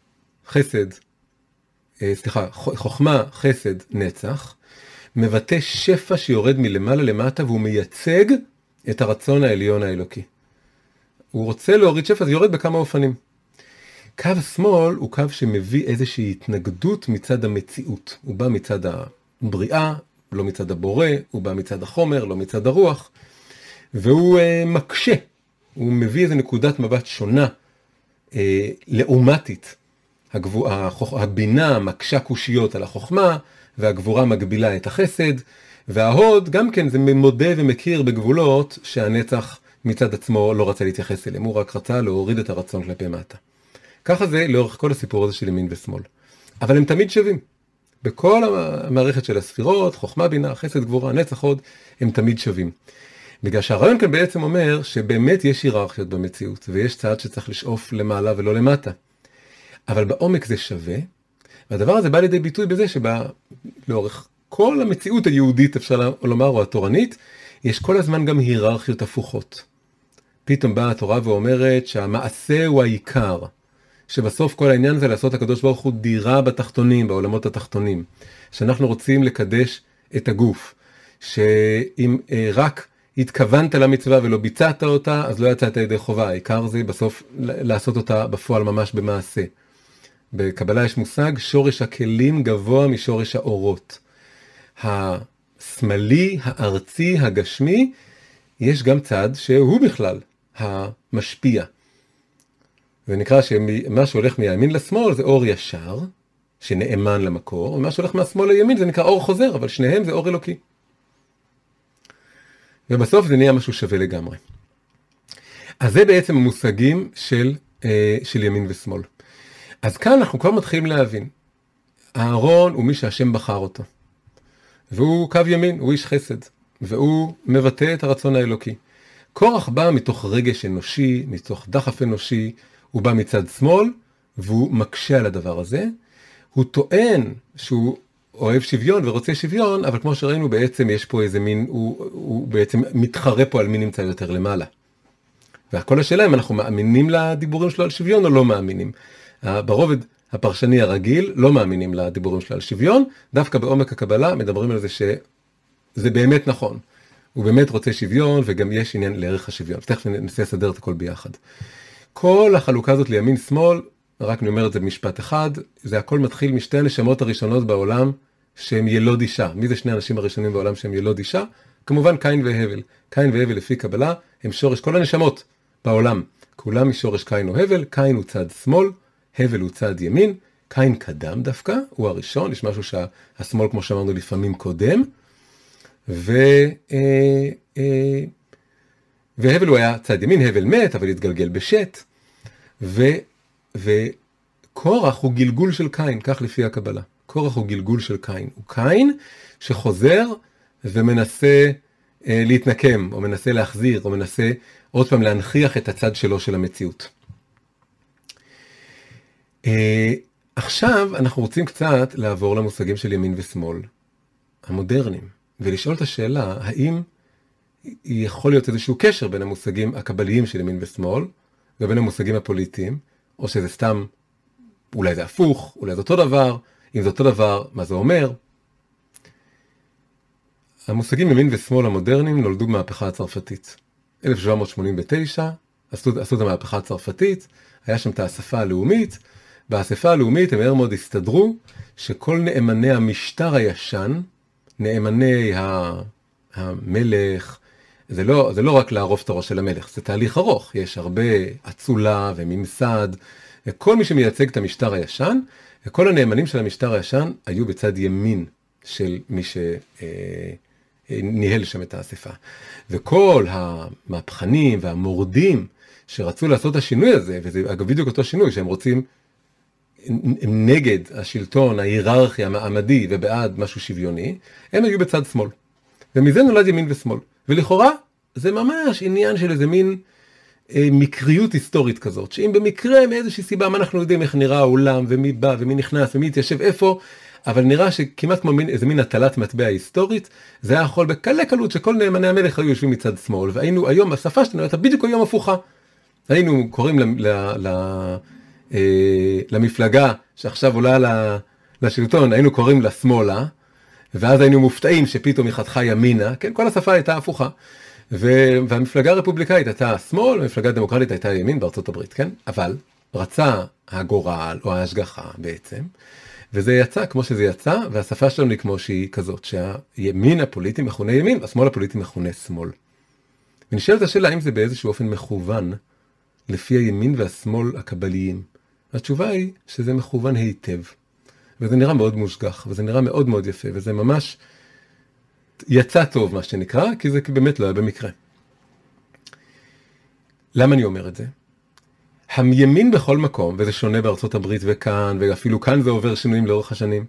חוכמה, חסד, נצח, מבטא שפע שיורד מלמעלה למטה, והוא מייצג את הרצון העליון האלוקי. הוא רוצה להוריד שפע, זה יורד בכמה אופנים. קו שמאל הוא קו שמביא איזושהי התנגדות מצד המציאות. הוא בא מצד הבריאה, לא מצד הבורא, הוא בא מצד החומר, לא מצד הרוח, והוא מקשה. הוא מביא איזו נקודת מבט שונה, לעומתית. הבינה מקשה קושיות על החוכמה, והגבורה מגבילה את החסד, וההוד גם כן זה מודה ומכיר בגבולות שהנצח מצד עצמו לא רצה להתייחס אליהם, הוא רק רצה להוריד את הרצון כלפי מטה. ככה זה לאורך כל הסיפור הזה של ימין ושמאל. אבל הם תמיד שווים. בכל המערכת של הספירות, חוכמה, בינה, חסד, גבורה, נצח, הוד, הם תמיד שווים. בגלל שהרעיון כאן בעצם אומר שבאמת יש היררכיות במציאות, ויש צעד שצריך לשאוף למעלה ולא למטה. אבל בעומק זה שווה, והדבר הזה בא לידי ביטוי בזה לאורך כל המציאות היהודית, אפשר לומר, או התורנית, יש כל הזמן גם היררכיות הפוכות. פתאום באה התורה ואומרת שהמעשה הוא העיקר, שבסוף כל העניין זה לעשות הקדוש ברוך הוא דירה בתחתונים, בעולמות התחתונים, שאנחנו רוצים לקדש את הגוף, שאם רק התכוונת למצווה ולא ביצעת אותה, אז לא יצאת ידי חובה, העיקר זה בסוף לעשות אותה בפועל ממש במעשה. בקבלה יש מושג, שורש הכלים גבוה משורש האורות. השמאלי, הארצי, הגשמי, יש גם צד שהוא בכלל המשפיע. זה נקרא שמה שהולך מימין לשמאל זה אור ישר, שנאמן למקור, ומה שהולך מהשמאל לימין זה נקרא אור חוזר, אבל שניהם זה אור אלוקי. ובסוף זה נהיה משהו שווה לגמרי. אז זה בעצם המושגים של ימין ושמאל. אז כאן אנחנו כבר מתחילים להבין. הארון הוא מי שהשם בחר אותו. והוא קו ימין, הוא איש חסד. והוא מבטא את הרצון האלוקי. קורח בא מתוך רגש אנושי, מתוך דחף אנושי, הוא בא מצד שמאל, והוא מקשה על הדבר הזה. הוא טוען שהוא אוהב שוויון ורוצה שוויון, אבל כמו שראינו בעצם יש פה איזה מין, הוא בעצם מתחרה פה על מי נמצא יותר למעלה. והכל השאלה אם אנחנו מאמינים לדיבורים שלו על שוויון או לא מאמינים. ברובד הפרשני הרגיל לא מאמינים לדיבורים שלו על שוויון, דווקא בעומק הקבלה מדברים על זה שזה באמת נכון. הוא באמת רוצה שוויון וגם יש עניין לערך השוויון. תכף ננסה לסדר את הכל ביחד. כל החלוקה הזאת לימין שמאל, רק אני אומר את זה במשפט אחד, זה הכל מתחיל משתי הנשמות הראשונות בעולם שהם ילוד אישה. מי זה שני האנשים הראשונים בעולם שהם ילוד אישה? כמובן קין והבל. קין והבל לפי קבלה הם שורש כל הנשמות בעולם. כולם משורש קין או הבל, קין הוא צד שמאל, הבל הוא צד ימין, קין קדם דווקא, הוא הראשון, יש משהו שהשמאל כמו שאמרנו לפעמים קודם, והבל הוא היה צד ימין, הבל מת, אבל התגלגל בשת, וקורח הוא גלגול של קין, כך לפי הקבלה. קורח הוא גלגול של קין, הוא קין שחוזר ומנסה להתנקם, או מנסה להחזיר, או מנסה עוד פעם להנכיח את הצד שלו של המציאות. עכשיו אנחנו רוצים קצת לעבור למושגים של ימין ושמאל, המודרניים, ולשאול את השאלה, האם יכול להיות איזשהו קשר בין המושגים הקבליים של ימין ושמאל, ובין המושגים הפוליטיים, או שזה סתם, אולי זה הפוך, אולי זה אותו דבר, אם זה אותו דבר, מה זה אומר? המושגים ימין ושמאל המודרניים נולדו במהפכה הצרפתית. 1789, עשו את המהפכה הצרפתית, היה שם את האספה הלאומית, באספה הלאומית הם מהר מאוד הסתדרו, שכל נאמני המשטר הישן, נאמני המלך, זה לא רק לערוף את הראש של המלך, זה תהליך ארוך, יש הרבה אצולה וממסד, וכל מי שמייצג את המשטר הישן, וכל הנאמנים של המשטר הישן היו בצד ימין של מי שניהל שם את האספה. וכל המהפכנים והמורדים שרצו לעשות את השינוי הזה, וזה אגב בדיוק אותו שינוי שהם רוצים, הם נגד השלטון, ההיררכיה, המעמדי ובעד משהו שוויוני, הם היו בצד שמאל. ומזה נולד ימין ושמאל. ולכאורה זה ממש עניין של איזה מין מקריות היסטורית כזאת, שאם במקרה מאיזושהי סיבה מה אנחנו יודעים איך נראה העולם ומי בא ומי נכנס ומי התיישב איפה, אבל נראה שכמעט כמו איזה מין הטלת מטבע היסטורית, זה היה יכול בקלי קלות שכל נאמני המלך היו יושבים מצד שמאל, והיינו היום, השפה שלנו הייתה בדיוק היום הפוכה. היינו קוראים למפלגה שעכשיו עולה לשלטון, היינו קוראים לה שמאלה, ואז היינו מופתעים שפתאום היא חתכה ימינה, כן, כל השפה הייתה הפוכה. והמפלגה הרפובליקאית הייתה שמאל, והמפלגה הדמוקרטית הייתה ימין בארצות הברית, כן? אבל רצה הגורל או ההשגחה בעצם, וזה יצא כמו שזה יצא, והשפה שלנו היא כמו שהיא כזאת, שהימין הפוליטי מכונה ימין, והשמאל הפוליטי מכונה שמאל. ונשאלת השאלה האם זה באיזשהו אופן מכוון לפי הימין והשמאל הקבליים. התשובה היא שזה מכוון היטב. וזה נראה מאוד מושגח, וזה נראה מאוד מאוד יפה, וזה ממש יצא טוב מה שנקרא, כי זה באמת לא היה במקרה. למה אני אומר את זה? הימין בכל מקום, וזה שונה בארצות הברית וכאן, ואפילו כאן זה עובר שינויים לאורך השנים,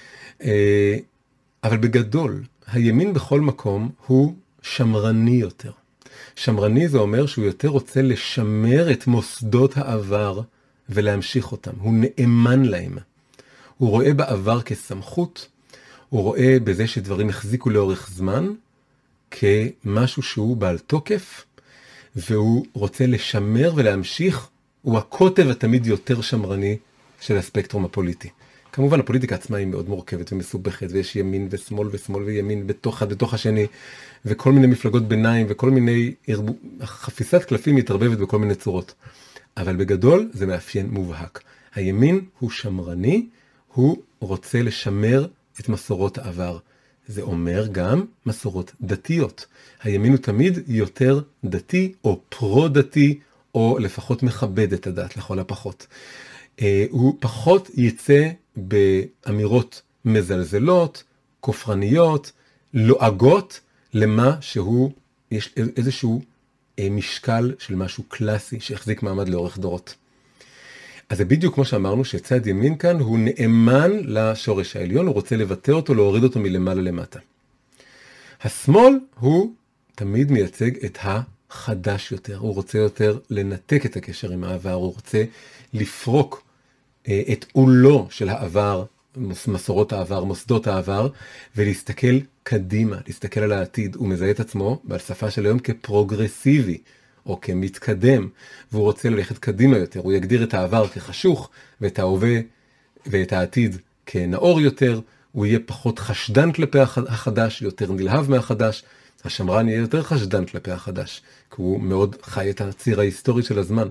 אבל בגדול, הימין בכל מקום הוא שמרני יותר. שמרני זה אומר שהוא יותר רוצה לשמר את מוסדות העבר ולהמשיך אותם. הוא נאמן להם. הוא רואה בעבר כסמכות, הוא רואה בזה שדברים החזיקו לאורך זמן, כמשהו שהוא בעל תוקף, והוא רוצה לשמר ולהמשיך, הוא הכותב התמיד יותר שמרני של הספקטרום הפוליטי. כמובן הפוליטיקה עצמה היא מאוד מורכבת ומסובכת, ויש ימין ושמאל ושמאל וימין בתוך השני, וכל מיני מפלגות ביניים, וכל מיני, חפיסת קלפים מתערבבת בכל מיני צורות. אבל בגדול זה מאפיין מובהק. הימין הוא שמרני, הוא רוצה לשמר את מסורות העבר. זה אומר גם מסורות דתיות. הימין הוא תמיד יותר דתי או פרו-דתי, או לפחות מכבד את הדת לכל הפחות. הוא פחות יצא באמירות מזלזלות, כופרניות, לועגות למה שהוא, יש איזשהו משקל של משהו קלאסי שהחזיק מעמד לאורך דורות. אז זה בדיוק כמו שאמרנו שצד ימין כאן הוא נאמן לשורש העליון, הוא רוצה לבטא אותו, להוריד אותו מלמעלה למטה. השמאל הוא תמיד מייצג את החדש יותר, הוא רוצה יותר לנתק את הקשר עם העבר, הוא רוצה לפרוק את עולו של העבר, מסורות העבר, מוסדות העבר, ולהסתכל קדימה, להסתכל על העתיד. הוא מזהה את עצמו בשפה של היום כפרוגרסיבי, או כמתקדם, והוא רוצה ללכת קדימה יותר. הוא יגדיר את העבר כחשוך, ואת ההווה ואת העתיד כנאור יותר. הוא יהיה פחות חשדן כלפי החדש, יותר נלהב מהחדש. השמרן יהיה יותר חשדן כלפי החדש, כי הוא מאוד חי את הציר ההיסטורי של הזמן.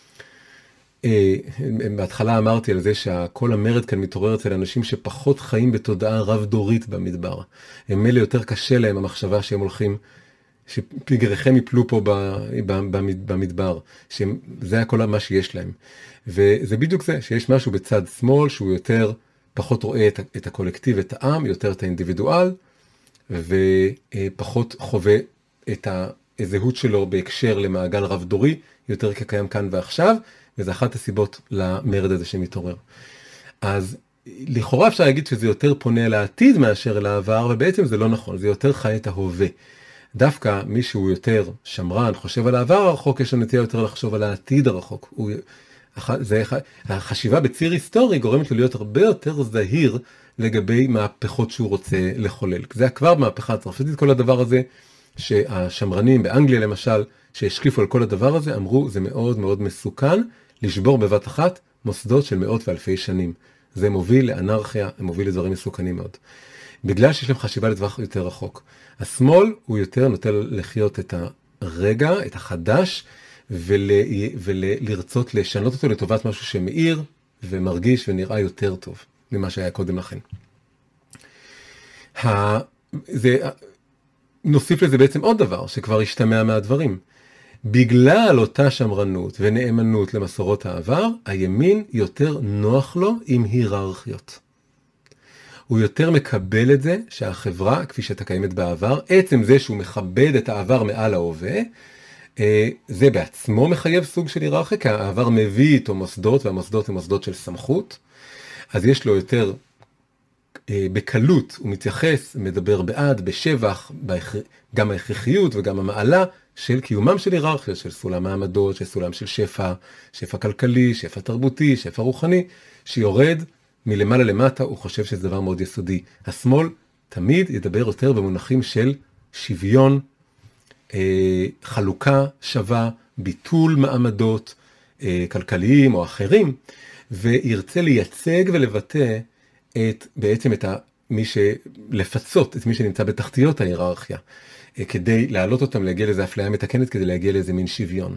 בהתחלה אמרתי על זה שכל המרד כאן מתעורר אצל אנשים שפחות חיים בתודעה רב דורית במדבר. הם מלא יותר קשה להם המחשבה שהם הולכים, שפגריכם יפלו פה במדבר, שזה הכל מה שיש להם. וזה בדיוק זה, שיש משהו בצד שמאל שהוא יותר, פחות רואה את הקולקטיב, את העם, יותר את האינדיבידואל, ופחות חווה את הזהות שלו בהקשר למעגל רב דורי, יותר כקיים כאן ועכשיו, וזה אחת הסיבות למרד הזה שמתעורר. אז לכאורה אפשר להגיד שזה יותר פונה לעתיד מאשר לעבר, ובעצם זה לא נכון, זה יותר חי את ההווה. דווקא מי שהוא יותר שמרן, חושב על העבר הרחוק, יש לו נטייה יותר לחשוב על העתיד הרחוק. החשיבה בציר היסטורי גורמת לו להיות הרבה יותר זהיר לגבי מהפכות שהוא רוצה לחולל. זה כבר מהפכה הצרפתית, כל הדבר הזה, שהשמרנים באנגליה למשל, שהשקיפו על כל הדבר הזה, אמרו זה מאוד מאוד מסוכן לשבור בבת אחת מוסדות של מאות ואלפי שנים. זה מוביל לאנרכיה, מוביל לדברים מסוכנים מאוד. בגלל שיש להם חשיבה לטווח יותר רחוק. השמאל הוא יותר נוטה לחיות את הרגע, את החדש, ולרצות לשנות אותו לטובת משהו שמאיר ומרגיש ונראה יותר טוב ממה שהיה קודם לכן. נוסיף לזה בעצם עוד דבר שכבר השתמע מהדברים. בגלל אותה שמרנות ונאמנות למסורות העבר, הימין יותר נוח לו עם היררכיות. הוא יותר מקבל את זה שהחברה, כפי שאתה קיימת בעבר, עצם זה שהוא מכבד את העבר מעל ההווה, זה בעצמו מחייב סוג של היררכיה, כי העבר מביא איתו מוסדות, והמוסדות הם מוסדות של סמכות, אז יש לו יותר בקלות, הוא מתייחס, מדבר בעד, בשבח, גם ההכרחיות וגם המעלה של קיומם של היררכיה, של סולם מעמדות, של סולם של שפע, שפע כלכלי, שפע תרבותי, שפע רוחני, שיורד מלמעלה למטה, הוא חושב שזה דבר מאוד יסודי. השמאל תמיד ידבר יותר במונחים של שוויון, חלוקה שווה, ביטול מעמדות כלכליים או אחרים, וירצה לייצג ולבטא בעצם לפצות את מי שנמצא בתחתיות ההיררכיה, כדי להעלות אותם להגיע לאיזו אפליה מתקנת, כדי להגיע לאיזה מין שוויון.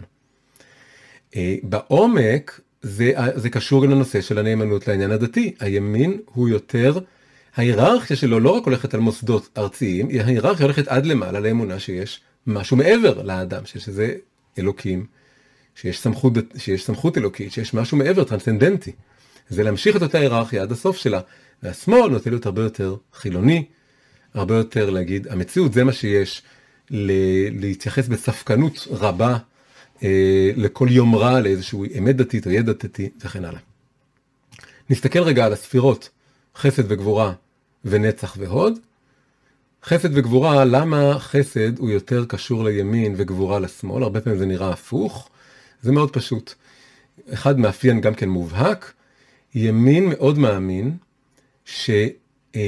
בעומק, זה קשור גם לנושא של הנאמנות לעניין הדתי. הימין הוא יותר, ההיררכיה שלו לא רק הולכת על מוסדות ארציים, ההיררכיה הולכת עד למעלה לאמונה שיש משהו מעבר לאדם, שיש איזה אלוקים, שיש סמכות אלוקית, שיש משהו מעבר, טרנסצנדנטי. זה להמשיך את אותה היררכיה עד הסוף שלה. והשמאל נוטה להיות הרבה יותר חילוני, הרבה יותר להגיד, המציאות זה מה שיש, להתייחס בספקנות רבה לכל יומרה, לאיזשהו אמת דתית או ידע דתי וכן הלאה. נסתכל רגע על הספירות, חסד וגבורה ונצח והוד. חסד וגבורה, למה חסד הוא יותר קשור לימין וגבורה לשמאל? הרבה פעמים זה נראה הפוך. זה מאוד פשוט. אחד מאפיין גם כן מובהק, ימין מאוד מאמין שהוא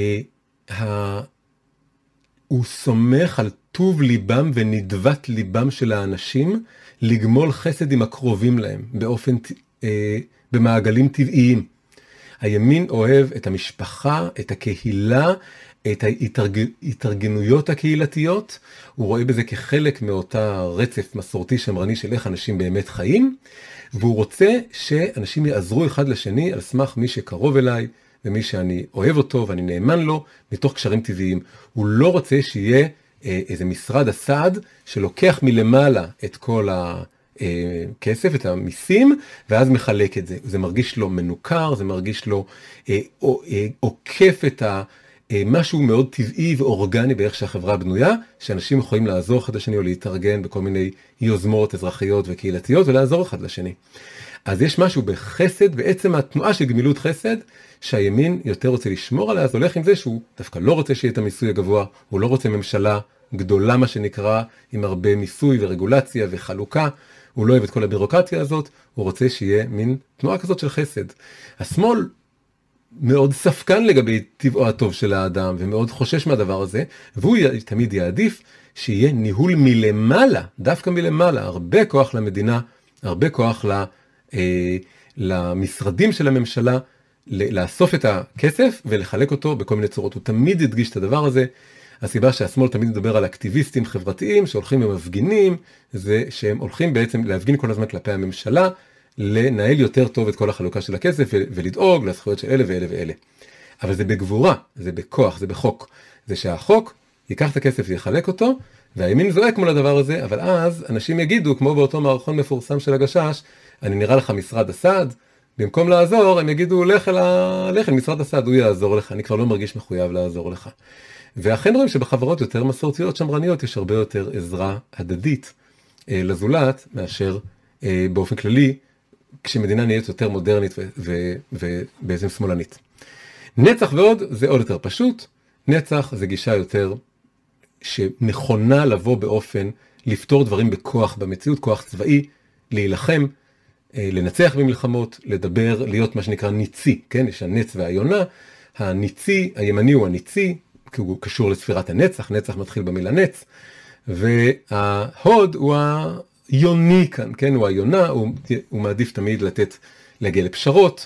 סומך על טוב ליבם ונדבת ליבם של האנשים לגמול חסד עם הקרובים להם במעגלים טבעיים. הימין אוהב את המשפחה, את הקהילה, את ההתארגנויות הקהילתיות, הוא רואה בזה כחלק מאותה רצף מסורתי שמרני של איך אנשים באמת חיים, והוא רוצה שאנשים יעזרו אחד לשני על סמך מי שקרוב אליי, ומי שאני אוהב אותו ואני נאמן לו, מתוך קשרים טבעיים. הוא לא רוצה שיהיה איזה משרד הסעד שלוקח מלמעלה את כל הכסף, את המיסים, ואז מחלק את זה. זה מרגיש לו מנוכר, זה מרגיש לו עוקף את משהו מאוד טבעי ואורגני באיך שהחברה בנויה, שאנשים יכולים לעזור אחד לשני או להתארגן בכל מיני יוזמות אזרחיות וקהילתיות ולעזור אחד לשני. אז יש משהו בחסד, בעצם התנועה של גמילות חסד, שהימין יותר רוצה לשמור עליה, אז הולך עם זה שהוא דווקא לא רוצה שיהיה את המיסוי הגבוה, הוא לא רוצה ממשלה גדולה מה שנקרא, עם הרבה מיסוי ורגולציה וחלוקה, הוא לא אוהב את כל הבירוקרטיה הזאת, הוא רוצה שיהיה מין תנועה כזאת של חסד. השמאל מאוד ספקן לגבי טבעו הטוב של האדם, ומאוד חושש מהדבר הזה, והוא תמיד יעדיף שיהיה ניהול מלמעלה, דווקא מלמעלה, הרבה כוח למדינה, הרבה כוח למשרדים של הממשלה, לאסוף את הכסף ולחלק אותו בכל מיני צורות. הוא תמיד ידגיש את הדבר הזה. הסיבה שהשמאל תמיד מדבר על אקטיביסטים חברתיים שהולכים ומפגינים, זה שהם הולכים בעצם להפגין כל הזמן כלפי הממשלה, לנהל יותר טוב את כל החלוקה של הכסף ולדאוג לזכויות של אלה ואלה ואלה. אבל זה בגבורה, זה בכוח, זה בחוק. זה שהחוק ייקח את הכסף ויחלק אותו, והימין זועק מול הדבר הזה, אבל אז אנשים יגידו, כמו באותו מערכון מפורסם של הגשש, אני נראה לך משרד הסעד, במקום לעזור, הם יגידו, לך אל משרד הסעד, הוא יעזור לך, אני כבר לא מרגיש מחויב לעזור לך. ואכן רואים שבחברות יותר מסורתיות שמרניות, יש הרבה יותר עזרה הדדית לזולת, מאשר באופן כללי, כשמדינה נהיית יותר מודרנית ובעצם שמאלנית. נצח ועוד זה עוד יותר פשוט, נצח זה גישה יותר שנכונה לבוא באופן, לפתור דברים בכוח במציאות, כוח צבאי, להילחם, לנצח במלחמות, לדבר, להיות מה שנקרא ניצי, כן? יש הנץ והיונה, הניצי, הימני הוא הניצי, כי הוא קשור לספירת הנצח, נצח מתחיל במילה נץ, וההוד הוא היוני כאן, כן? הוא היונה, הוא מעדיף תמיד להגיע לפשרות,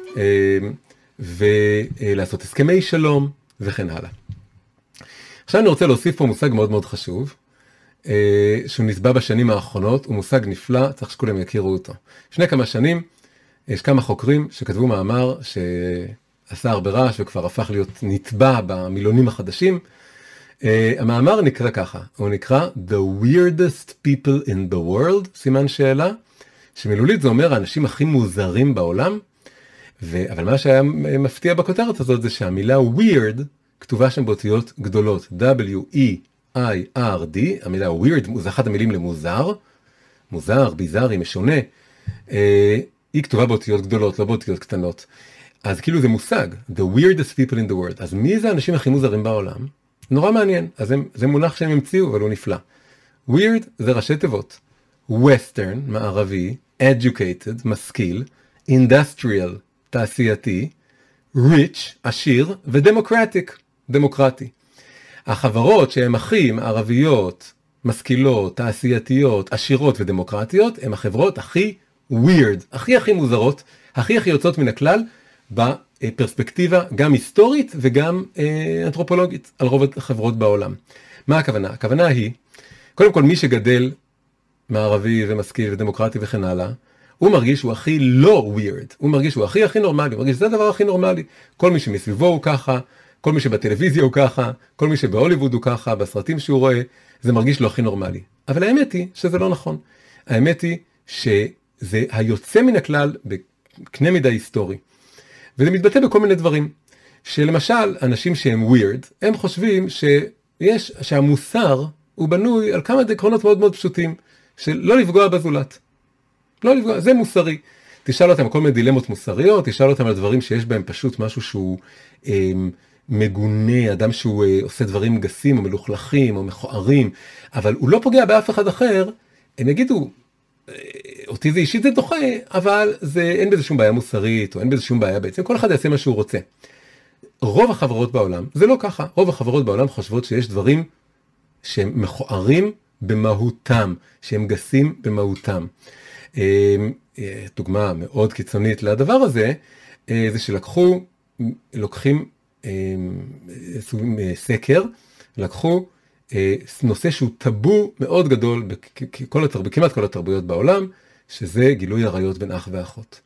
ולעשות הסכמי שלום, וכן הלאה. עכשיו אני רוצה להוסיף פה מושג מאוד מאוד חשוב, שהוא נסבע בשנים האחרונות, הוא מושג נפלא, צריך שכולם יכירו אותו. לפני כמה שנים, יש כמה חוקרים שכתבו מאמר שעשה הרבה רעש וכבר הפך להיות נטבע במילונים החדשים. המאמר נקרא ככה, הוא נקרא The Weirdest People in the World, סימן שאלה, שמילולית זה אומר האנשים הכי מוזרים בעולם, אבל מה שהיה מפתיע בכותרת הזאת זה שהמילה weird כתובה שם באותיות גדולות, W-E-I-R-D, המילה weird זה אחת המילים למוזר, מוזר, ביזארי, משונה, היא כתובה באותיות גדולות, לא באותיות קטנות. אז כאילו זה מושג, the weirdest people in the world. אז מי זה האנשים הכי מוזרים בעולם? נורא מעניין, אז זה מונח שהם המציאו, אבל הוא נפלא. weird זה ראשי תיבות, western, מערבי, educated, משכיל, industrial, תעשייתי, rich, עשיר, ודמוקרטיק, דמוקרטי. החברות שהן הכי ערביות, משכילות, תעשייתיות, עשירות ודמוקרטיות, הן החברות הכי weird, הכי מוזרות, הכי יוצאות מן הכלל, בפרספקטיבה גם היסטורית וגם אנתרופולוגית על רוב החברות בעולם. מה הכוונה? הכוונה היא, קודם כל מי שגדל מערבי ומשכיל ודמוקרטי וכן הלאה, הוא מרגיש שהוא הכי לא weird, הוא מרגיש שהוא הכי נורמלי, הוא מרגיש שזה הדבר הכי נורמלי. כל מי שמסביבו הוא ככה, כל מי שבטלוויזיה הוא ככה, כל מי שבהוליווד הוא ככה, בסרטים שהוא רואה, זה מרגיש לו הכי נורמלי. אבל האמת היא שזה לא נכון. האמת היא שזה היוצא מן הכלל בקנה מידה היסטורי. וזה מתבטא בכל מיני דברים. שלמשל, אנשים שהם weird, הם חושבים שהמוסר הוא בנוי על כמה עקרונות מאוד מאוד פשוטים, של לא לפגוע בזולת. לא לפגוע, זה מוסרי. תשאל אותם כל מיני דילמות מוסריות, תשאל אותם על דברים שיש בהם פשוט משהו שהוא מגונה, אדם שהוא עושה דברים גסים או מלוכלכים או מכוערים, אבל הוא לא פוגע באף אחד אחר, הם יגידו, אותי זה אישית זה דוחה, אבל אין בזה שום בעיה מוסרית, או אין בזה שום בעיה בעצם, כל אחד יעשה מה שהוא רוצה. רוב החברות בעולם, זה לא ככה, רוב החברות בעולם חושבות שיש דברים שהם מכוערים במהותם, שהם גסים במהותם. דוגמה מאוד קיצונית לדבר הזה, זה לוקחים סקר, לקחו נושא שהוא טאבו מאוד גדול כמעט כל התרבויות בעולם, שזה גילוי עריות בין אח ואחות.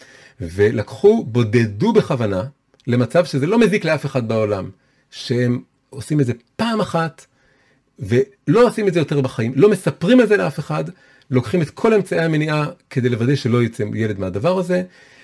בודדו בכוונה למצב שזה לא מזיק לאף אחד בעולם, שהם עושים את זה פעם אחת, ולא עושים את זה יותר בחיים, לא מספרים את זה לאף אחד, לוקחים את כל אמצעי המניעה כדי לוודא שלא יצא ילד מהדבר הזה,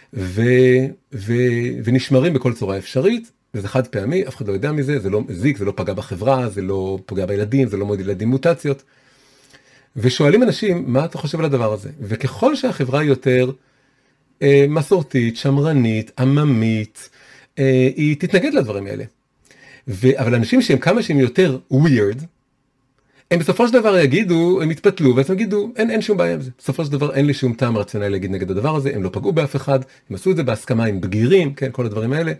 ונשמרים בכל צורה אפשרית, וזה חד פעמי, אף אחד לא יודע מזה, זה לא מזיק, זה לא פגע בחברה, זה לא פוגע בילדים, זה לא מועיל ילדים מוטציות. ושואלים אנשים, מה אתה חושב על הדבר הזה? וככל שהחברה היא יותר מסורתית, שמרנית, עממית, היא תתנגד לדברים האלה. אבל אנשים שהם כמה שהם יותר weird, הם בסופו של דבר יגידו, הם יתפתלו, ואז הם יגידו, אין שום בעיה עם זה. בסופו של דבר אין לי שום טעם רציונלי להגיד נגד הדבר הזה, הם לא פגעו באף אחד, הם עשו את זה בהסכמה עם בגירים, כן, כל הדברים האלה.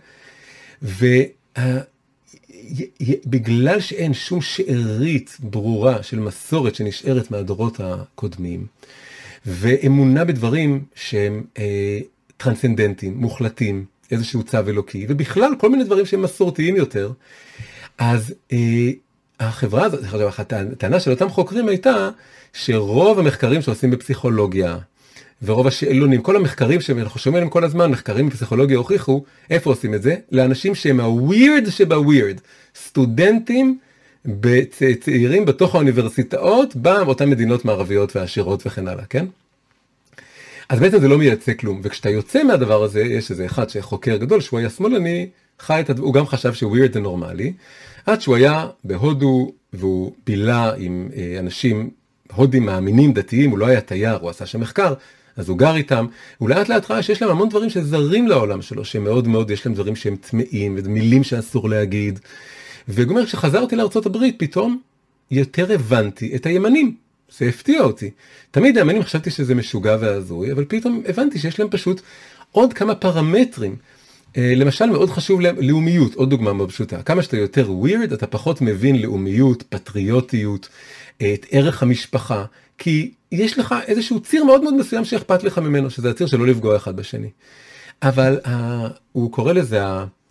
ובגלל שאין שום שארית ברורה של מסורת שנשארת מהדורות הקודמים, ואמונה בדברים שהם טרנסצנדנטיים, מוחלטים, איזשהו צו אלוקי, ובכלל כל מיני דברים שהם מסורתיים יותר, אז החברה הזאת, הטענה של אותם חוקרים הייתה שרוב המחקרים שעושים בפסיכולוגיה, ורוב השאלונים, כל המחקרים שאנחנו שומעים עליהם כל הזמן, מחקרים בפסיכולוגיה הוכיחו, איפה עושים את זה? לאנשים שהם הווירד שבווירד, סטודנטים צעירים בתוך האוניברסיטאות, באותן מדינות מערביות ועשירות וכן הלאה, כן? אז בעצם זה לא מייצא כלום, וכשאתה יוצא מהדבר הזה, יש איזה אחד שחוקר גדול, שהוא היה שמאלני, הוא גם חשב שווירד זה נורמלי, עד שהוא היה בהודו, והוא בילה עם אנשים הודים מאמינים דתיים, הוא לא היה תייר, הוא עשה שם מחקר, אז הוא גר איתם, הוא לאט לאט ראה שיש להם המון דברים שזרים לעולם שלו, שמאוד מאוד יש להם דברים שהם טמאים, ומילים שאסור להגיד, והוא אומר, כשחזרתי לארצות הברית, פתאום יותר הבנתי את הימנים, זה הפתיע אותי. תמיד הימנים חשבתי שזה משוגע והזוי, אבל פתאום הבנתי שיש להם פשוט עוד כמה פרמטרים, למשל מאוד חשוב להם לאומיות, עוד דוגמה מאוד פשוטה, כמה שאתה יותר weird, אתה פחות מבין לאומיות, פטריוטיות, את ערך המשפחה, כי יש לך איזשהו ציר מאוד מאוד מסוים שאכפת לך ממנו, שזה הציר שלא לפגוע אחד בשני. אבל הוא קורא לזה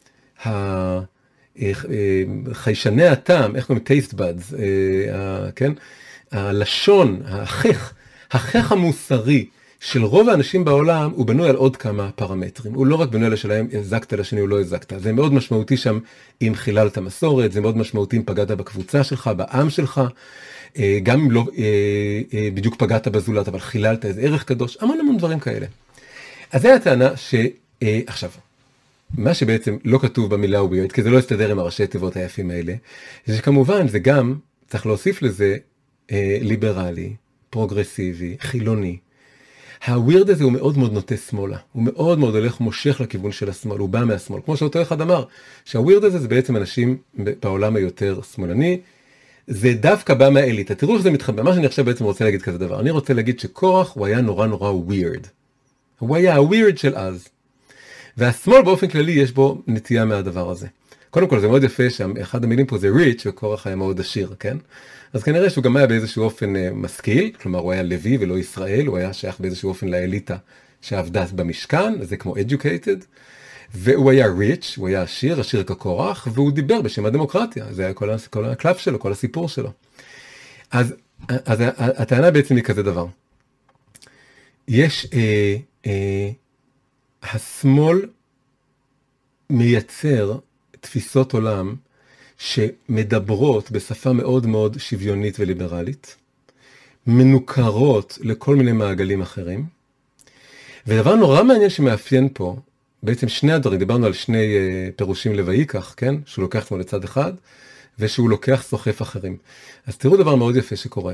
חיישני הטעם, איך קוראים? taste buds, כן? הלשון, החך המוסרי של רוב האנשים בעולם, הוא בנוי על עוד כמה פרמטרים. הוא לא רק בנוי על השאלה אם הזקת לשני או לא הזקת. זה מאוד משמעותי שם אם חיללת מסורת, זה מאוד משמעותי אם פגעת בקבוצה שלך, בעם שלך, גם אם לא בדיוק פגעת בזולת, אבל חיללת איזה ערך קדוש, המון דברים כאלה. אז זה הטענה עכשיו, מה שבעצם לא כתוב במילה weird, כי זה לא יסתדר עם הראשי תיבות היפים האלה, זה שכמובן זה גם, צריך להוסיף לזה, ליברלי, פרוגרסיבי, חילוני. הווירד הזה הוא מאוד מאוד נוטה שמאלה, הוא מאוד מאוד הולך מושך לכיוון של השמאל, הוא בא מהשמאל, כמו שאותו אחד אמר, שהווירד הזה זה בעצם אנשים בעולם היותר שמאלני, זה דווקא בא מהאליטה, תראו איך זה מתחבר, מה שאני עכשיו בעצם רוצה להגיד כזה דבר, אני רוצה להגיד שקורח הוא היה נורא ווירד, הוא היה הווירד של אז, והשמאל באופן כללי יש בו נטייה מהדבר הזה. קודם כל זה מאוד יפה שאחד המילים פה זה rich, וקורח היה מאוד עשיר, כן? אז כנראה שהוא גם היה באיזשהו אופן משכיל, כלומר הוא היה לוי ולא ישראל, הוא היה שייך באיזשהו אופן לאליטה שעבדה במשכן, זה כמו educated, והוא היה rich, הוא היה עשיר כקורח, והוא דיבר בשם הדמוקרטיה, זה היה כל הקלף שלו, כל הסיפור שלו. אז הטענה בעצם היא כזה דבר. יש, השמאל מייצר תפיסות עולם, שמדברות בשפה מאוד מאוד שוויונית וליברלית, מנוכרות לכל מיני מעגלים אחרים, ודבר נורא מעניין שמאפיין פה, בעצם שני הדברים, דיברנו על שני פירושים לויקח, כן? שהוא לוקח עצמו לצד אחד, ושהוא לוקח סוחף אחרים. אז תראו דבר מאוד יפה שקורה.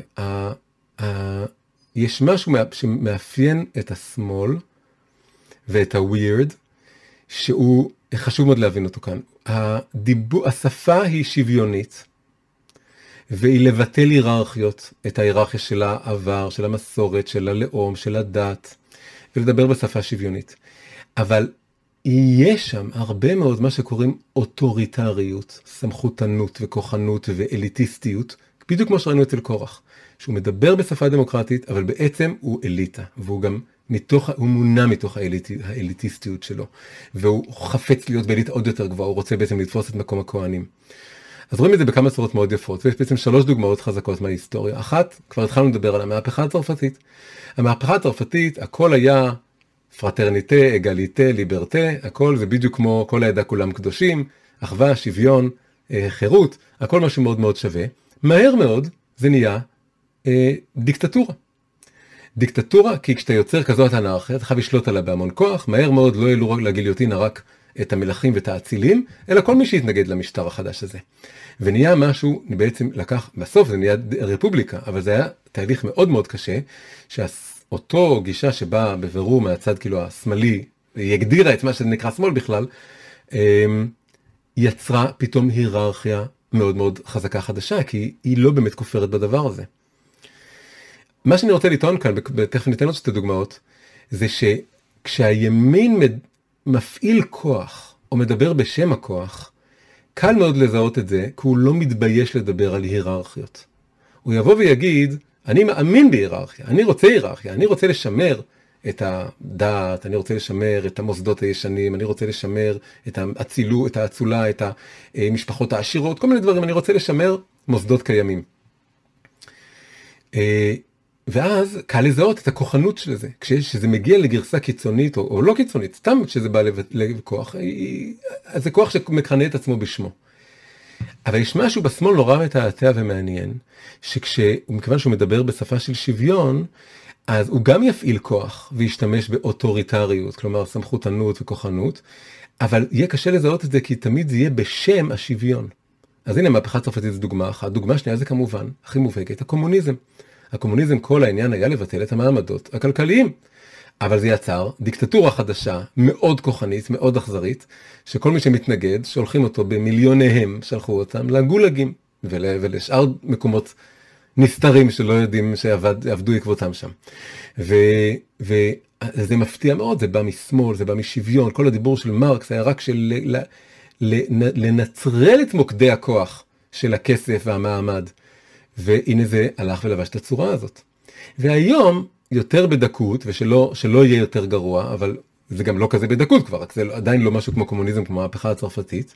יש משהו שמאפיין את השמאל ואת הווירד, שהוא חשוב מאוד להבין אותו כאן. השפה היא שוויונית, והיא לבטל היררכיות, את ההיררכיה של העבר, של המסורת, של הלאום, של הדת, ולדבר בשפה שוויונית. אבל יש שם הרבה מאוד מה שקוראים אוטוריטריות, סמכותנות וכוחנות ואליטיסטיות, בדיוק כמו שראינו אצל קורח, שהוא מדבר בשפה דמוקרטית, אבל בעצם הוא אליטה, והוא גם הוא מונע מתוך האליטיסטיות שלו, והוא חפץ להיות באליטה עוד יותר גבוהה, הוא רוצה בעצם לתפוס את מקום הכהנים. אז רואים את זה בכמה צורות מאוד יפות, ויש בעצם 3 דוגמאות חזקות מההיסטוריה. אחת, כבר התחלנו לדבר על המהפכה הצרפתית. המהפכה הצרפתית, הכל היה פרטרניטה, אגליטה, ליברטה, הכל זה בדיוק כמו כל העדה כולם קדושים, אחווה, שוויון, חירות, הכל משהו מאוד מאוד שווה. מהר מאוד זה נהיה דיקטטורה. דיקטטורה, כי כשאתה יוצר כזאת אנרכיה, אתה חייב לשלוט עליה בהמון כוח, מהר מאוד לא העלו לגיליוטינה רק את המלכים ואת האצילים, אלא כל מי שהתנגד למשטר החדש הזה. ונהיה משהו, בעצם לקח, בסוף זה נהיה רפובליקה, אבל זה היה תהליך מאוד מאוד קשה, שאותו גישה שבאה בבירור מהצד כאילו השמאלי, היא הגדירה את מה שזה נקרא שמאל בכלל, יצרה פתאום היררכיה מאוד מאוד חזקה חדשה, כי היא לא באמת כופרת בדבר הזה. מה שאני רוצה לטעון כאן, תכף ניתן עוד 2 דוגמאות, זה שכשהימין מפעיל כוח, או מדבר בשם הכוח, קל מאוד לזהות את זה, כי הוא לא מתבייש לדבר על היררכיות. הוא יבוא ויגיד, אני מאמין בהיררכיה, אני רוצה היררכיה, אני רוצה לשמר את הדת, אני רוצה לשמר את המוסדות הישנים, אני רוצה לשמר את האצולה, את המשפחות העשירות, כל מיני דברים, אני רוצה לשמר מוסדות קיימים. ואז קל לזהות את הכוחנות של זה, כשזה מגיע לגרסה קיצונית או לא קיצונית, סתם כשזה בא לכוח, אז זה כוח שמכנה את עצמו בשמו. אבל יש משהו בשמאל נורא מתעתע ומעניין, מכיוון שהוא מדבר בשפה של שוויון, אז הוא גם יפעיל כוח וישתמש באוטוריטריות, כלומר סמכותנות וכוחנות, אבל יהיה קשה לזהות את זה כי תמיד זה יהיה בשם השוויון. אז הנה, מהפכה צרפתית זו דוגמה אחת. דוגמה שנייה זה כמובן, הכי מובהקת, הקומוניזם. הקומוניזם, כל העניין היה לבטל את המעמדות הכלכליים. אבל זה יצר דיקטטורה חדשה, מאוד כוחנית, מאוד אכזרית, שכל מי שמתנגד, שולחים אותו במיליוניהם, שלחו אותם לגולגים, ולשאר מקומות נסתרים שלא יודעים שעבדו עקבותם שם. וזה מפתיע מאוד, זה בא משמאל, זה בא משוויון, כל הדיבור של מרקס היה רק של לנטרל את מוקדי הכוח של הכסף והמעמד. והנה זה הלך ולבש את הצורה הזאת. והיום, יותר בדקות, ושלא יהיה יותר גרוע, אבל זה גם לא כזה בדקות כבר, זה עדיין לא משהו כמו קומוניזם, כמו המהפכה הצרפתית.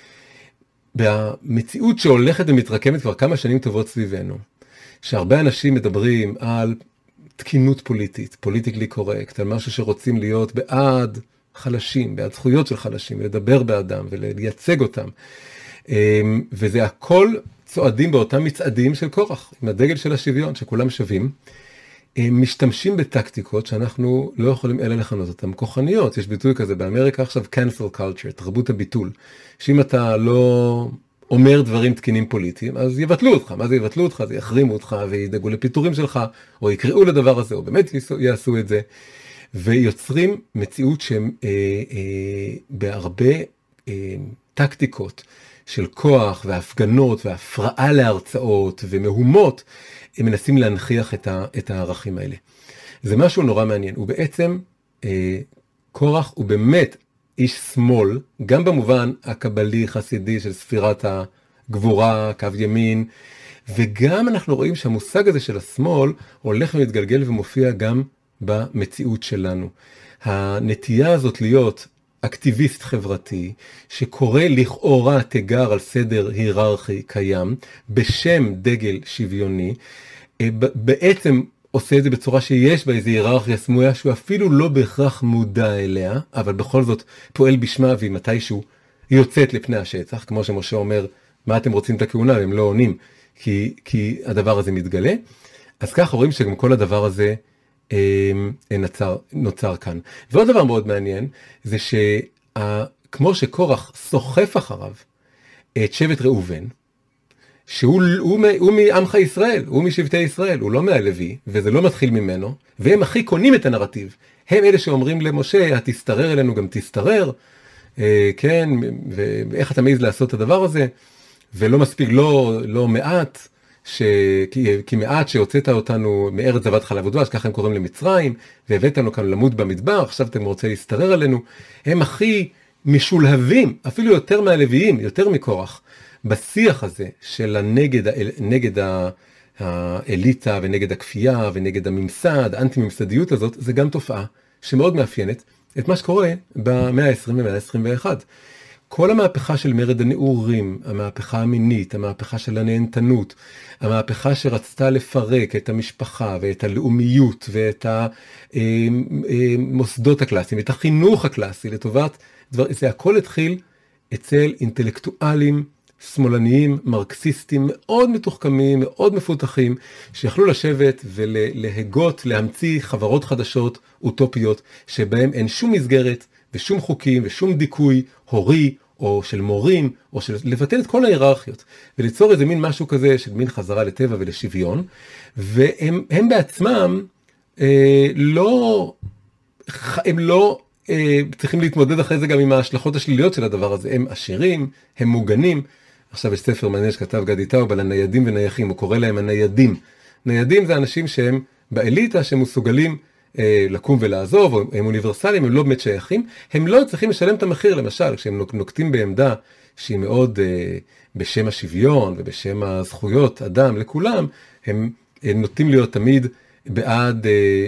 במציאות שהולכת ומתרקמת כבר כמה שנים טובות סביבנו, שהרבה אנשים מדברים על תקינות פוליטית, פוליטיקלי קורקט, על משהו שרוצים להיות בעד חלשים, בעד זכויות של חלשים, לדבר בעדם ולייצג אותם. וזה הכל צועדים באותם מצעדים של קורח, עם הדגל של השוויון, שכולם שווים. משתמשים בטקטיקות שאנחנו לא יכולים אלא לכנות אותם כוחניות. יש ביטוי כזה באמריקה עכשיו, cancel culture, תרבות הביטול. שאם אתה לא אומר דברים תקינים פוליטיים, אז יבטלו אותך. מה זה יבטלו אותך? זה יחרימו אותך וידאגו לפיטורים שלך, או יקראו לדבר הזה, או באמת יעשו את זה. ויוצרים מציאות שהם בהרבה טקטיקות של כוח והפגנות והפרעה להרצאות ומהומות, הם מנסים להנכיח את הערכים האלה. זה משהו נורא מעניין. הוא בעצם, קורח הוא באמת איש שמאל, גם במובן הקבלי חסידי של ספירת הגבורה, קו ימין, וגם אנחנו רואים שהמושג הזה של השמאל הולך ומתגלגל ומופיע גם במציאות שלנו. הנטייה הזאת להיות אקטיביסט חברתי, שקורא לכאורה תיגר על סדר היררכי קיים, בשם דגל שוויוני, בעצם עושה את זה בצורה שיש בה איזו היררכיה סמויה, שהוא אפילו לא בהכרח מודע אליה, אבל בכל זאת פועל בשמה, והיא מתישהו יוצאת לפני השטח, כמו שמשה אומר, מה אתם רוצים את הכהונה, והם לא עונים, כי הדבר הזה מתגלה. אז ככה רואים שגם כל הדבר הזה נוצר כאן. ועוד דבר מאוד מעניין, זה שכמו שקורח סוחף אחריו את שבט ראובן, שהוא מעמך ישראל, הוא משבטי ישראל, הוא לא מהלוי, וזה לא מתחיל ממנו, והם הכי קונים את הנרטיב. הם אלה שאומרים למשה, תסתרר אלינו גם תסתרר, כן, ואיך אתה מעז לעשות את הדבר הזה, ולא מספיק, לא מעט, כי מעט שהוצאת אותנו מארץ זבת חלב ודבש, ככה הם קוראים למצרים, והבאת לנו כאן למות במדבר, עכשיו אתם רוצים להסתרר עלינו, הם הכי משולהבים, אפילו יותר מהלוויים, יותר מקורח, בשיח הזה של נגד האליטה ונגד הכפייה ונגד הממסד, האנטי-ממסדיות הזאת, זה גם תופעה שמאוד מאפיינת את מה שקורה במאה ה-20 ומאה ה-21. כל המהפכה של מרד הנעורים, המהפכה המינית, המהפכה של הנהנתנות, המהפכה שרצתה לפרק את המשפחה ואת הלאומיות ואת המוסדות הקלאסיים, את החינוך הקלאסי לטובת זה הכל התחיל אצל אינטלקטואלים שמאלניים, מרקסיסטים, מאוד מתוחכמים, מאוד מפותחים, שיכלו לשבת ולהגות, להמציא חברות חדשות, אוטופיות, שבהם אין שום מסגרת ושום חוקים ושום דיכוי הורי או של מורים, או של לבטל את כל ההיררכיות, וליצור איזה מין משהו כזה של מין חזרה לטבע ולשוויון, והם בעצמם הם לא צריכים להתמודד אחרי זה גם עם ההשלכות השליליות של הדבר הזה. הם עשירים, הם מוגנים. עכשיו יש ספר מעניין שכתב גדי טאוב על הניידים ונייחים, הוא קורא להם הניידים. ניידים זה אנשים שהם באליטה, שהם מסוגלים לקום ולעזוב, הם אוניברסליים, הם לא באמת שייכים, הם לא צריכים לשלם את המחיר, למשל, כשהם נוקטים בעמדה שהיא מאוד בשם השוויון ובשם הזכויות אדם לכולם, הם נוטים להיות תמיד בעד,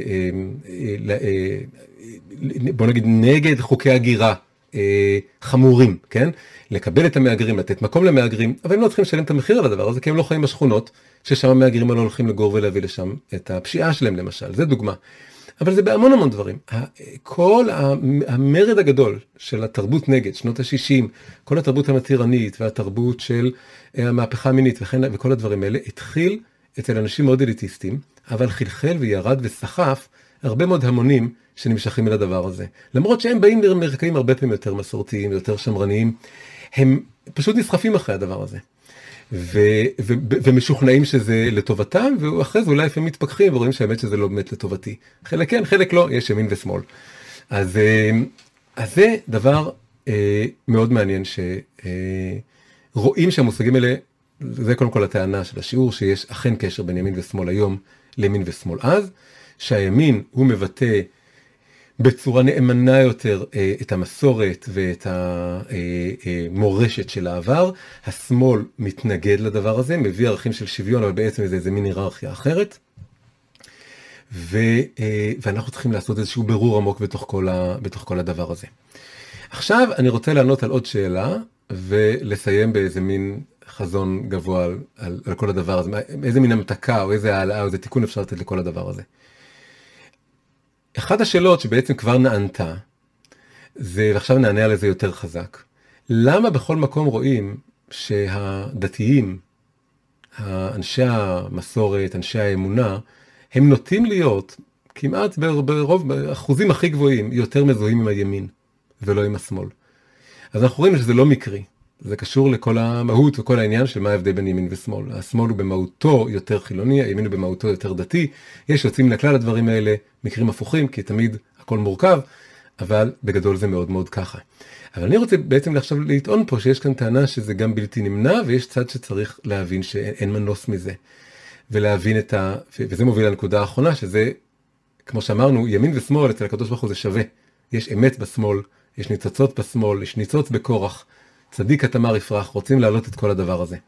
בוא נגיד, נגד חוקי הגירה חמורים, כן? לקבל את המהגרים, לתת מקום למהגרים, אבל הם לא צריכים לשלם את המחיר על הדבר הזה, כי הם לא חיים בשכונות, ששם המהגרים לא הולכים לגור ולהביא לשם את הפשיעה שלהם, למשל. זה דוגמה. אבל זה בהמון המון דברים. כל המרד הגדול של התרבות נגד, שנות ה-60, כל התרבות המתירנית והתרבות של המהפכה המינית וכל הדברים האלה, התחיל אצל אנשים מאוד אליטיסטים, אבל חלחל וירד וסחף הרבה מאוד המונים שנמשכים אל הדבר הזה. למרות שהם באים מרקעים הרבה פעמים יותר מסורתיים, יותר שמרניים, הם פשוט נסחפים אחרי הדבר הזה. ומשוכנעים שזה לטובתם, ואחרי זה אולי לפעמים מתפכחים ורואים שהאמת שזה לא באמת לטובתי. חלק כן, חלק לא, יש ימין ושמאל. אז זה דבר מאוד מעניין, שרואים שהמושגים האלה, זה קודם כל הטענה של השיעור, שיש אכן קשר בין ימין ושמאל היום לימין ושמאל אז, שהימין הוא מבטא בצורה נאמנה יותר את המסורת ואת המורשת של העבר, השמאל מתנגד לדבר הזה, מביא ערכים של שוויון, אבל בעצם זה איזה מין היררכיה אחרת, ואנחנו צריכים לעשות איזשהו ברור עמוק בתוך כל הדבר הזה. עכשיו אני רוצה לענות על עוד שאלה, ולסיים באיזה מין חזון גבוה על כל הדבר הזה, איזה מין המתקה או איזה העלאה או איזה תיקון אפשר לתת לכל הדבר הזה. אחת השאלות שבעצם כבר נענתה, זה, ועכשיו נענה על זה יותר חזק, למה בכל מקום רואים שהדתיים, אנשי המסורת, אנשי האמונה, הם נוטים להיות, כמעט ברוב, באחוזים הכי גבוהים, יותר מזוהים עם הימין, ולא עם השמאל. אז אנחנו רואים שזה לא מקרי, זה קשור לכל המהות וכל העניין של מה ההבדל בין ימין ושמאל. השמאל הוא במהותו יותר חילוני, הימין הוא במהותו יותר דתי, יש יוצאים לכלל הדברים האלה, מקרים הפוכים, כי תמיד הכל מורכב, אבל בגדול זה מאוד מאוד ככה. אבל אני רוצה בעצם עכשיו לטעון פה שיש כאן טענה שזה גם בלתי נמנע, ויש צד שצריך להבין שאין מנוס מזה. ולהבין וזה מוביל לנקודה האחרונה, שזה, כמו שאמרנו, ימין ושמאל אצל הקדוש ברוך הוא זה שווה. יש אמת בשמאל, יש ניצוצות בשמאל, יש ניצוץ בכורח, צדיק התמר יפרח, רוצים להעלות את כל הדבר הזה.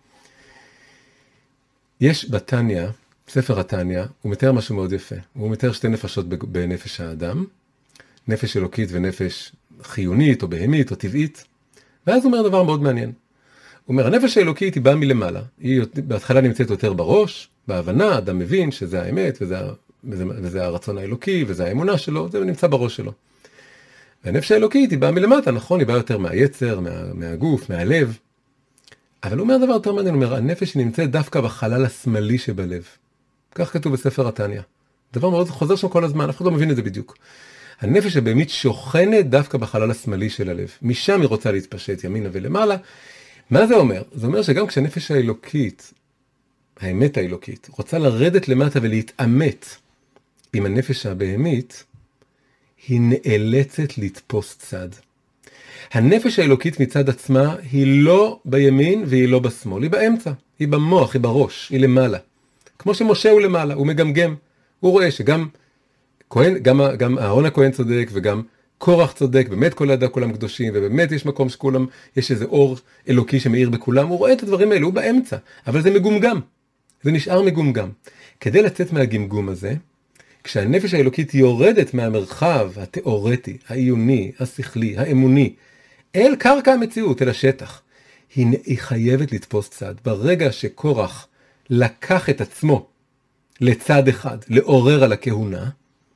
יש בתניא, ספר התניא, הוא מתאר משהו מאוד יפה. הוא מתאר שתי נפשות בנפש האדם, נפש אלוקית ונפש חיונית או בהמית או טבעית, ואז הוא אומר דבר מאוד מעניין. הוא אומר, הנפש האלוקית היא באה מלמעלה, היא בהתחלה נמצאת יותר בראש, בהבנה, אדם מבין שזה האמת, וזה הרצון האלוקי, וזה האמונה שלו, זה נמצא בראש שלו. והנפש האלוקית היא באה מלמטה, נכון, היא באה יותר מהיצר, מהגוף, מהלב. אבל הוא אומר דבר יותר מעניין, הוא אומר, הנפש נמצאת דווקא בחלל השמאלי שבלב. כך כתוב בספר התניא. דבר מאוד חוזר שם כל הזמן, אף אחד לא מבין את זה בדיוק. הנפש הבהמית שוכנת דווקא בחלל השמאלי של הלב. משם היא רוצה להתפשט ימינה ולמעלה. מה זה אומר? זה אומר שגם כשהנפש האלוקית, האמת האלוקית, רוצה לרדת למטה ולהתאמת עם הנפש הבהמית, היא נאלצת לתפוס צד. הנפש האלוקית מצד עצמה היא לא בימין והיא לא בשמאל, היא באמצע, היא במוח, היא בראש, היא למעלה. כמו שמשה הוא למעלה, הוא מגמגם, הוא רואה שגם כהן, גם אהרון הכהן צודק וגם קורח צודק, באמת כל ידע כולם קדושים, ובאמת יש מקום שכולם, יש איזה אור אלוקי שמאיר בכולם, הוא רואה את הדברים האלה, הוא באמצע, אבל זה מגומגם, זה נשאר מגומגם. כדי לצאת מהגמגום הזה, כשהנפש האלוקית יורדת מהמרחב התיאורטי, העיוני, השכלי, האמוני, אל קרקע המציאות, אל השטח, היא חייבת לתפוס צד. ברגע שקורח לקח את עצמו לצד אחד, לעורר על הכהונה,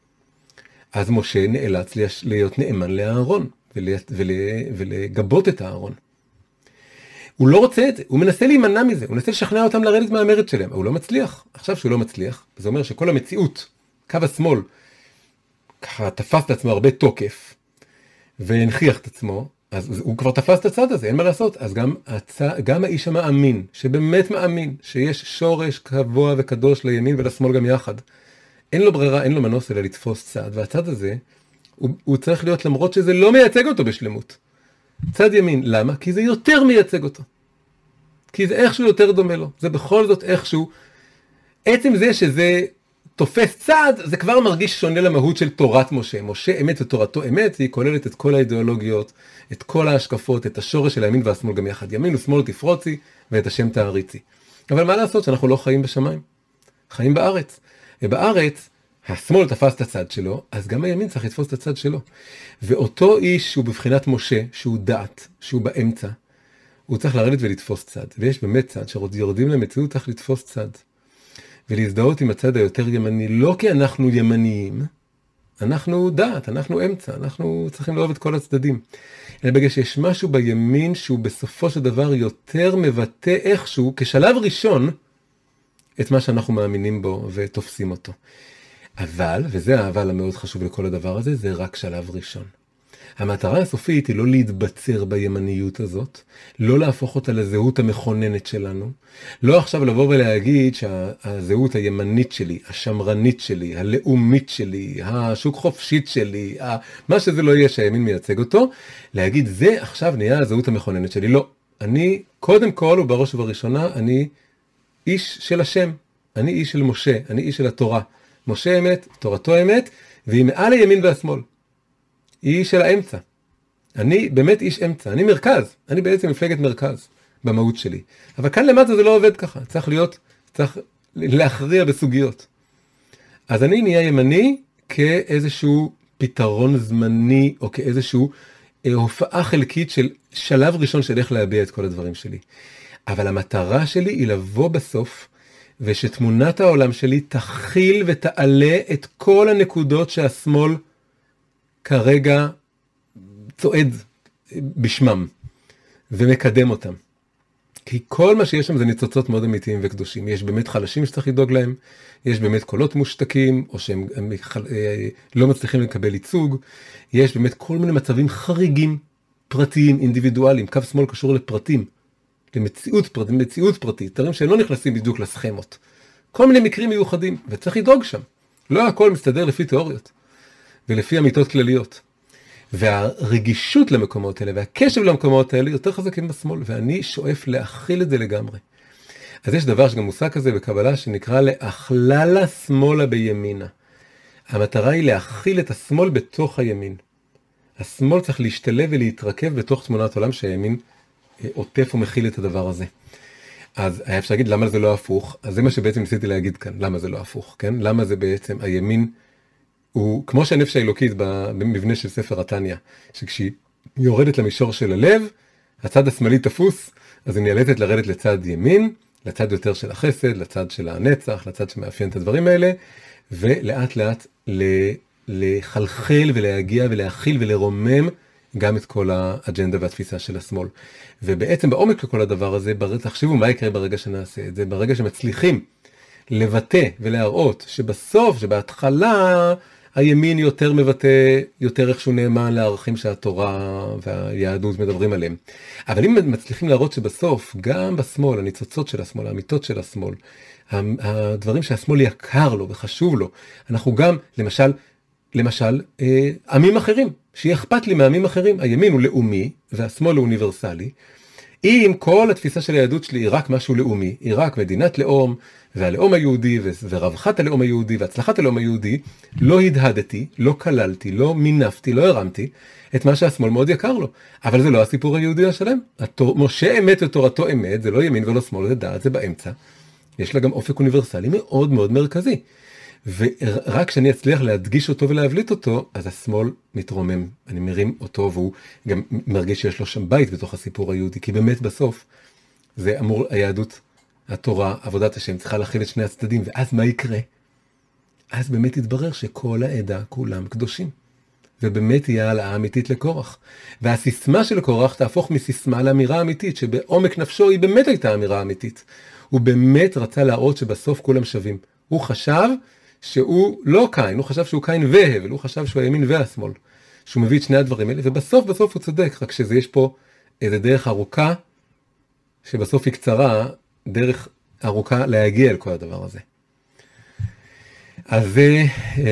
אז משה נאלץ להיות נאמן לאהרון, ולגבות את האהרון. הוא לא רוצה את זה, הוא מנסה להימנע מזה, הוא מנסה לשכנע אותם לרדת מהמרד שלהם, אבל הוא לא מצליח. עכשיו שהוא לא מצליח, זה אומר שכל המציאות, קו השמאל, ככה תפס את עצמו הרבה תוקף, והנחיח את עצמו, אז הוא כבר תפס את הצד הזה, אין מה לעשות. אז גם האיש המאמין, שבאמת מאמין, שיש שורש קבוע וקדוש לימין ולשמאל גם יחד, אין לו ברירה, אין לו מנוס אלא לתפוס צד, והצד הזה, הוא צריך להיות למרות שזה לא מייצג אותו בשלמות. צד ימין, למה? כי זה יותר מייצג אותו. כי זה איכשהו יותר דומה לו. זה בכל זאת איכשהו, עצם זה שזה תופס צד, זה כבר מרגיש שונה למהות של תורת משה. משה אמת ותורתו אמת, היא כוללת את כל האידיאולוגיות, את כל ההשקפות, את השורש של הימין והשמאל גם יחד. ימין ושמאל תפרוצי, ואת השם תעריצי. אבל מה לעשות שאנחנו לא חיים בשמיים? חיים בארץ. ובארץ, השמאל תפס את הצד שלו, אז גם הימין צריך לתפוס את הצד שלו. ואותו איש שהוא בבחינת משה, שהוא דעת, שהוא באמצע, הוא צריך לרדת ולתפוס צד. ויש באמת צד, שיורדים למציאות, צריך לתפוס צד. ולהזדהות עם הצד היותר ימני, לא כי אנחנו ימניים, אנחנו דעת, אנחנו אמצע, אנחנו צריכים לאהוב את כל הצדדים. אלא בגלל שיש משהו בימין שהוא בסופו של דבר יותר מבטא איכשהו, כשלב ראשון, את מה שאנחנו מאמינים בו ותופסים אותו. אבל, וזה האבל המאוד חשוב לכל הדבר הזה, זה רק שלב ראשון. המטרה הסופית היא לא להתבצר בימניות הזאת, לא להפוך אותה לזהות המכוננת שלנו, לא עכשיו לבוא ולהגיד שהזהות הימנית שלי, השמרנית שלי, הלאומית שלי, השוק חופשית שלי, מה שזה לא יהיה שהימין מייצג אותו, להגיד זה עכשיו נהיה הזהות המכוננת שלי. לא, אני קודם כל ובראש ובראשונה, אני איש של השם, אני איש של משה, אני איש של התורה. משה אמת, תורתו אמת, והיא מעל הימין והשמאל. היא של האמצע. אני באמת איש אמצע, אני מרכז, אני בעצם מפלגת מרכז במהות שלי. אבל כאן למטה זה לא עובד ככה, צריך להכריע בסוגיות. אז אני נהיה ימני כאיזשהו פתרון זמני, או כאיזשהו הופעה חלקית של שלב ראשון של איך להביע את כל הדברים שלי. אבל המטרה שלי היא לבוא בסוף, ושתמונת העולם שלי תכיל ותעלה את כל הנקודות שהשמאל כרגע צועד בשמם, ומקדם אותם. כי כל מה שיש שם זה ניצוצות מאוד אמיתיים וקדושים. יש באמת חלשים שצריך לדאוג להם, יש באמת קולות מושתקים, או שהם לא מצליחים לקבל ייצוג, יש באמת כל מיני מצבים חריגים, פרטיים, אינדיבידואליים. קו שמאל קשור לפרטים, למציאות פרטית, דברים שלא נכנסים בדיוק לסכמות. כל מיני מקרים מיוחדים, וצריך לדאוג שם. לא הכל מסתדר לפי תיאוריות, ולפי אמיתות כלליות. והרגישות למקומות האלה, והקשב למקומות האלה, יותר חזקים בשמאל, ואני שואף להכיל את זה לגמרי. אז יש דבר שגם מושג כזה בקבלה, שנקרא להכללה שמאלה בימינה. המטרה היא להכיל את השמאל בתוך הימין. השמאל צריך להשתלב ולהתרכב בתוך תמונת עולם שהימין עוטף ומכיל את הדבר הזה. אז היה אפשר להגיד למה זה לא הפוך, אז זה מה שבעצם ניסיתי להגיד כאן, למה זה לא הפוך, כן? למה זה בעצם הימין הוא כמו שהנפש האלוקית במבנה של ספר התניא, שכשהיא יורדת למישור של הלב, הצד השמאלי תפוס, אז היא נאלצת לרדת לצד ימין, לצד יותר של החסד, לצד של הנצח, לצד שמאפיין את הדברים האלה, ולאט לאט לחלחל ולהגיע ולהכיל ולרומם גם את כל האג'נדה והתפיסה של השמאל. ובעצם בעומק לכל הדבר הזה, תחשבו מה יקרה ברגע שנעשה את זה, ברגע שמצליחים לבטא ולהראות שבסוף, שבהתחלה הימין יותר מבטא, יותר איכשהו נאמן לערכים שהתורה והיהדות מדברים עליהם. אבל אם מצליחים להראות שבסוף, גם בשמאל, הניצוצות של השמאל, האמיתות של השמאל, הדברים שהשמאל יקר לו וחשוב לו, אנחנו גם, למשל, עמים אחרים, שיהיה אכפת לי מעמים אחרים. הימין הוא לאומי והשמאל הוא אוניברסלי. אם כל התפיסה של היהדות שלי היא רק משהו לאומי, היא רק מדינת לאום, והלאום היהודי, ורווחת הלאום היהודי, והצלחת הלאום היהודי, לא הדהדתי, לא כללתי, לא מינפתי, לא הרמתי את מה שהשמאל מאוד יקר לו. אבל זה לא הסיפור היהודי השלם. משה אמת ותורתו אמת, זה לא ימין ולא שמאל, זה דעת, זה באמצע. יש לה גם אופק אוניברסלי מאוד מאוד מרכזי. ורק כשאני אצליח להדגיש אותו ולהבליט אותו, אז השמאל מתרומם. אני מרים אותו, והוא גם מרגיש שיש לו שם בית בתוך הסיפור היהודי, כי באמת בסוף זה אמור, היהדות, התורה, עבודת השם, צריכה להכיל את שני הצדדים, ואז מה יקרה? אז באמת יתברר שכל העדה, כולם קדושים. ובאמת יהיה העלאה אמיתית לקורח. והסיסמה של קורח תהפוך מסיסמה לאמירה אמיתית, שבעומק נפשו היא באמת הייתה אמירה אמיתית. הוא באמת רצה להראות שבסוף כולם שווים. הוא חשב שהוא לא קין, הוא חשב שהוא קין והבל, הוא חשב שהוא הימין והשמאל, שהוא מביא את שני הדברים האלה, ובסוף הוא צודק, רק שיש פה איזה דרך ארוכה, שבסוף היא קצרה, דרך ארוכה להגיע אל כל הדבר הזה. אז זה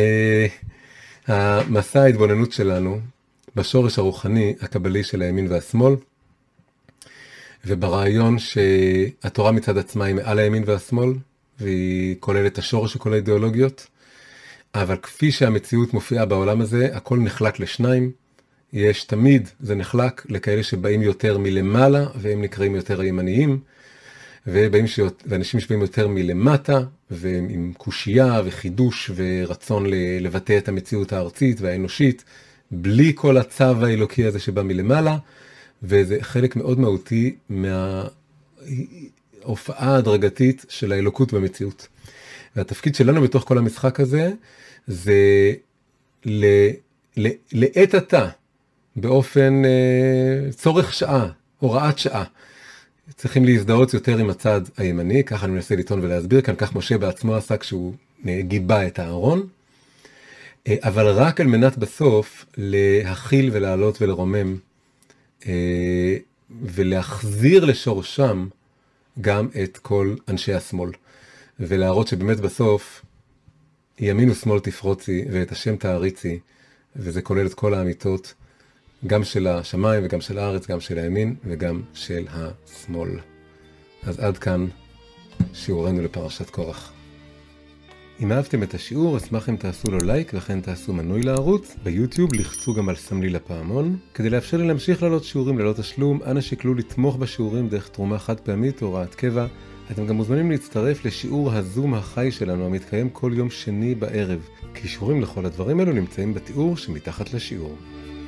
המסע ההתבוננות שלנו, בשורש הרוחני הקבלי של הימין והשמאל, וברעיון שהתורה מצד עצמה היא מעל הימין והשמאל, והיא כוללת השורש של כל האידיאולוגיות, אבל כפי שהמציאות מופיעה בעולם הזה, הכל נחלק לשניים. יש תמיד, זה נחלק לכאלה שבאים יותר מלמעלה, והם נקראים יותר הימניים, ואנשים שבאים יותר מלמטה, ועם קושייה וחידוש ורצון לבטא את המציאות הארצית והאנושית, בלי כל הצו האלוקי הזה שבא מלמעלה, וזה חלק מאוד מהותי ההופעה הדרגתית של האלוקות במציאות. והתפקיד שלנו בתוך כל המשחק הזה, זה לעת עתה, באופן צורך שעה, הוראת שעה. צריכים להזדהות יותר עם הצד הימני, ככה אני מנסה לטעון ולהסביר כאן, כך משה בעצמו עשה כשהוא גיבה את הארון, אבל רק על מנת בסוף להכיל ולעלות ולרומם, ולהחזיר לשורשם, גם את כל אנשי השמאל, ולהראות שבאמת בסוף, ימין ושמאל תפרוצי, ואת השם תעריצי, וזה כולל את כל האמיתות, גם של השמיים, וגם של הארץ, גם של הימין, וגם של השמאל. אז עד כאן, שיעורנו לפרשת קורח. אם אהבתם את השיעור, אשמח אם תעשו לו לייק, וכן תעשו מנוי לערוץ. ביוטיוב לחצו גם על סמלי לפעמון. כדי לאפשר לי להמשיך לעלות שיעורים ללא תשלום, אנא שקלו לתמוך בשיעורים דרך תרומה חד פעמית או הוראת קבע. אתם גם מוזמנים להצטרף לשיעור הזום החי שלנו, המתקיים כל יום שני בערב. קישורים לכל הדברים האלו נמצאים בתיאור שמתחת לשיעור.